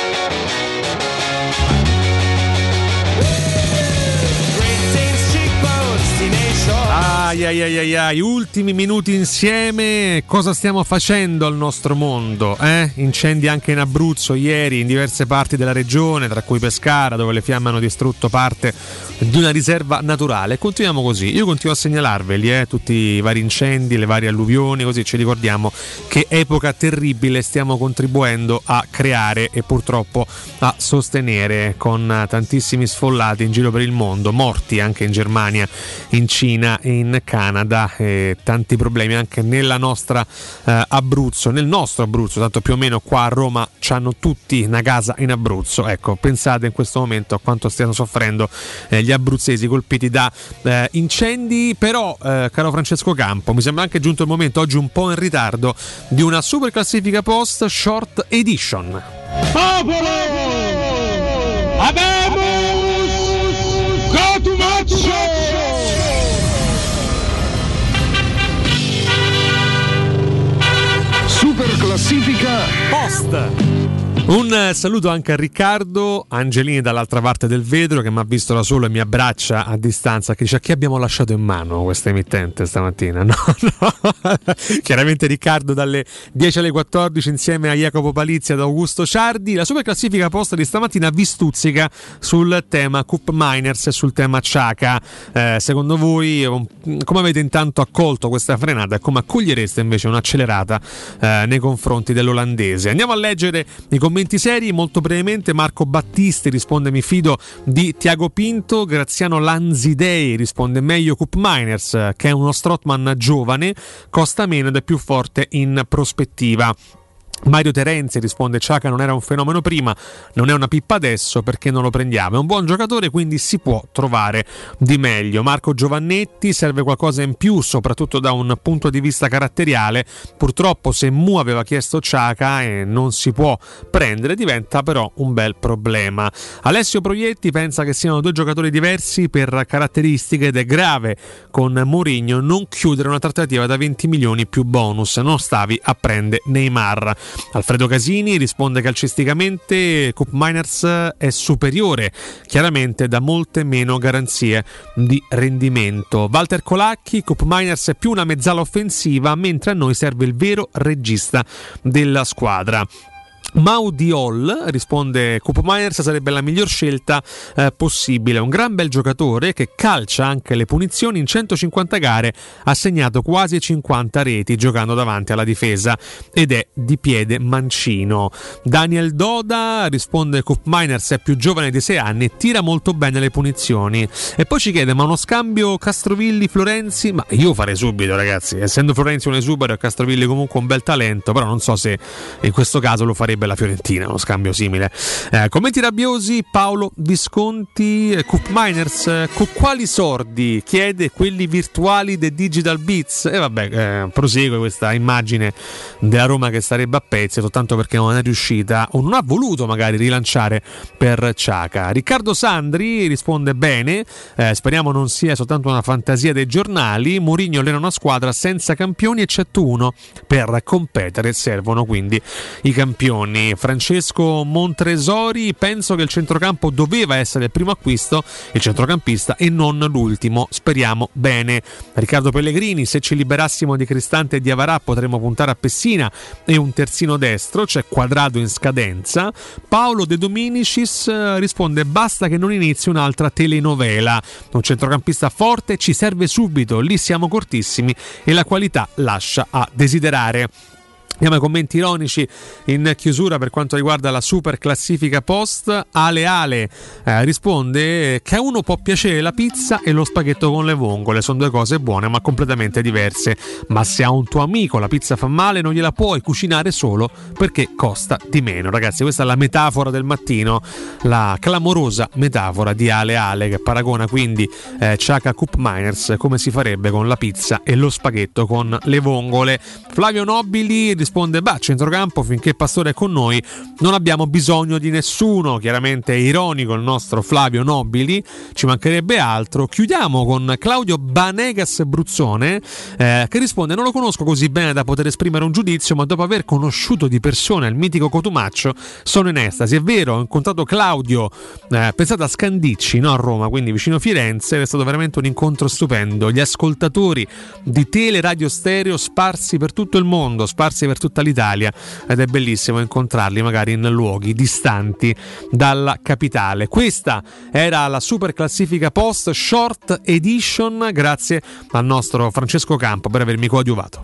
Ai ai ai ai ai, ultimi minuti insieme. Cosa stiamo facendo al nostro mondo? Eh? Incendi anche in Abruzzo ieri, in diverse parti della regione, tra cui Pescara, dove le fiamme hanno distrutto parte di una riserva naturale. Continuiamo così, io continuo a segnalarveli eh? tutti i vari incendi, le varie alluvioni, così ci ricordiamo che epoca terribile stiamo contribuendo a creare e purtroppo a sostenere, con tantissimi sfollati in giro per il mondo, morti anche in Germania, in Cina e in Canada, e tanti problemi anche nella nostra eh, Abruzzo, nel nostro Abruzzo, tanto più o meno qua a Roma c'hanno tutti una casa in Abruzzo. Ecco, pensate in questo momento a quanto stiano soffrendo eh, gli abruzzesi colpiti da eh, incendi. Però eh, caro Francesco Campo, mi sembra anche giunto il momento, oggi un po' in ritardo, di una super classifica post short edition. Popolo! Abemus! Cotumaccio! Super classifica post. Un saluto anche a Riccardo Angelini dall'altra parte del vetro, che mi ha visto da solo e mi abbraccia a distanza, che dice: a chi abbiamo lasciato in mano questa emittente stamattina? No, no. Chiaramente Riccardo dalle dieci alle quattordici insieme a Jacopo Palizzi ed Augusto Ciardi. La super classifica posta di stamattina vi stuzzica sul tema Cup Miners e sul tema Ciaca. Eh, secondo voi come avete intanto accolto questa frenata e come accogliereste invece un'accelerata eh, nei confronti dell'olandese? Andiamo a leggere i commenti seri molto brevemente. Marco Battisti risponde: mi fido di Tiago Pinto. Graziano Lanzidei risponde: meglio Cup Miners, che è uno Strootman giovane, costa meno ed è più forte in prospettiva. Mario Terenzi risponde: Xhaka non era un fenomeno prima, non è una pippa adesso, perché non lo prendiamo, è un buon giocatore, quindi si può trovare di meglio. Marco Giovannetti: serve qualcosa in più, soprattutto da un punto di vista caratteriale, purtroppo se Mu aveva chiesto Xhaka e non si può prendere, diventa però un bel problema. Alessio Proietti pensa che siano due giocatori diversi per caratteristiche ed è grave con Mourinho non chiudere una trattativa da venti milioni più bonus, non stavi a prendere Neymar. Alfredo Casini risponde: calcisticamente Koop Meiners è superiore, chiaramente da molte meno garanzie di rendimento. Walter Colacchi: Koop Meiners è più una mezzala offensiva, mentre a noi serve il vero regista della squadra. Maudi Hall risponde: Koop Meiners sarebbe la miglior scelta eh, possibile, un gran bel giocatore che calcia anche le punizioni, in centocinquanta gare ha segnato quasi cinquanta reti giocando davanti alla difesa ed è di piede mancino. Daniel Doda risponde: Koop Meiners è più giovane di sei anni e tira molto bene le punizioni. E poi ci chiede: ma uno scambio Castrovilli-Florenzi? Ma io farei subito, ragazzi, essendo Florenzi un esubero e Castrovilli comunque un bel talento, però non so se in questo caso lo farebbe la Fiorentina, uno scambio simile. Eh, commenti rabbiosi: Paolo Visconti, eh, Koop Meiners eh, con quali sordi? Chiede quelli virtuali dei Digital Beats. E eh, vabbè, eh, prosegue questa immagine della Roma che starebbe a pezzi soltanto perché non è riuscita o non ha voluto magari rilanciare per Xhaka. Riccardo Sandri risponde: bene, eh, speriamo non sia soltanto una fantasia dei giornali. Mourinho allena una squadra senza campioni eccetto uno, per competere servono quindi i campioni. Francesco Montresori: penso che il centrocampo doveva essere il primo acquisto, il centrocampista, e non l'ultimo, speriamo bene. Riccardo Pellegrini: se ci liberassimo di Cristante e di Avarà potremmo puntare a Pessina e un terzino destro, c'è Quadrado in scadenza. Paolo De Dominicis eh, risponde: basta che non inizi un'altra telenovela, un centrocampista forte ci serve subito, lì siamo cortissimi e la qualità lascia a desiderare. Andiamo ai commenti ironici in chiusura per quanto riguarda la super classifica post. Ale Ale eh, risponde che a uno può piacere la pizza e lo spaghetto con le vongole, sono due cose buone ma completamente diverse, ma se a un tuo amico la pizza fa male non gliela puoi cucinare solo perché costa di meno. Ragazzi, questa è la metafora del mattino, la clamorosa metafora di Ale Ale che paragona quindi eh, Xhaka Koop Meiners come si farebbe con la pizza e lo spaghetto con le vongole. Flavio Nobili risponde: bah, centrocampo finché Pastore è con noi non abbiamo bisogno di nessuno. Chiaramente è ironico il nostro Flavio Nobili, ci mancherebbe altro. Chiudiamo con Claudio Banegas Bruzzone eh, che risponde: non lo conosco così bene da poter esprimere un giudizio, ma dopo aver conosciuto di persona il mitico Cotumaccio sono in estasi. È vero, ho incontrato Claudio eh, pensate a Scandicci, no, a Roma, quindi vicino Firenze, è stato veramente un incontro stupendo. Gli ascoltatori di Tele Radio Stereo sparsi per tutto il mondo, sparsi per tutta l'Italia, ed è bellissimo incontrarli magari in luoghi distanti dalla capitale. Questa era la super classifica post short edition, grazie al nostro Francesco Campo per avermi coadiuvato.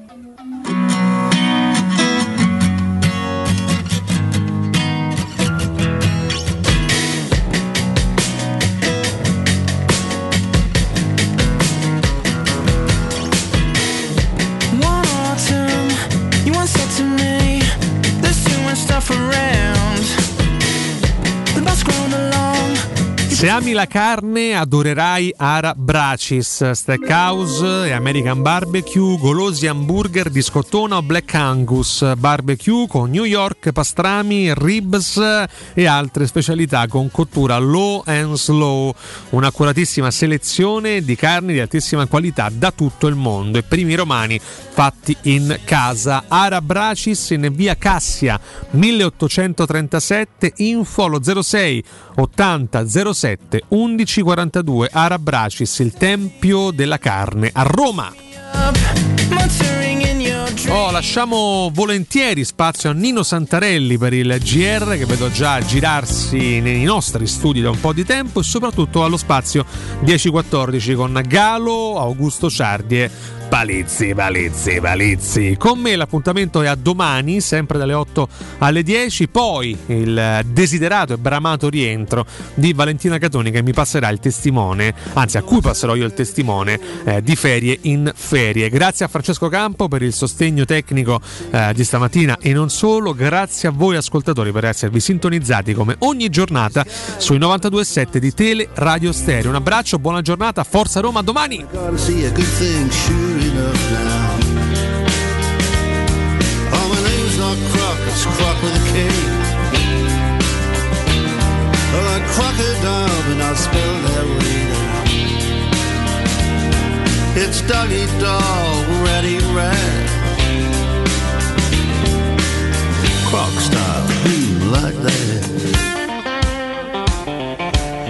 Se ami la carne adorerai Ara Bracis, Steakhouse e American Barbecue, golosi hamburger di scottona o Black Angus, barbecue con New York, pastrami, ribs e altre specialità con cottura low and slow, un'accuratissima selezione di carni di altissima qualità da tutto il mondo e primi romani fatti in casa. Ara Bracis in via Cassia milleottocentotrentasette, info allo zero sei ottanta zero sette undici quarantadue. Ara Bracis, il tempio della carne a Roma. Oh, lasciamo volentieri spazio a Nino Santarelli per il G R, che vedo già girarsi nei nostri studi da un po' di tempo, e soprattutto allo spazio dieci quattordici con Galo, Augusto Ciardie, Palizzi, Palizzi, Palizzi. Con me l'appuntamento è a domani, sempre dalle otto alle dieci. Poi il desiderato e bramato rientro di Valentina Catoni, che mi passerà il testimone, anzi a cui passerò io il testimone eh, di Ferie in Ferie. Grazie a Francesco Campo per il sostegno tecnico eh, di stamattina e non solo. Grazie a voi ascoltatori per esservi sintonizzati come ogni giornata sui novantadue virgola sette di Tele Radio Stereo. Un abbraccio, buona giornata, Forza Roma, a domani. It's Dougie Dog, ready, red. Croc style, boom like that.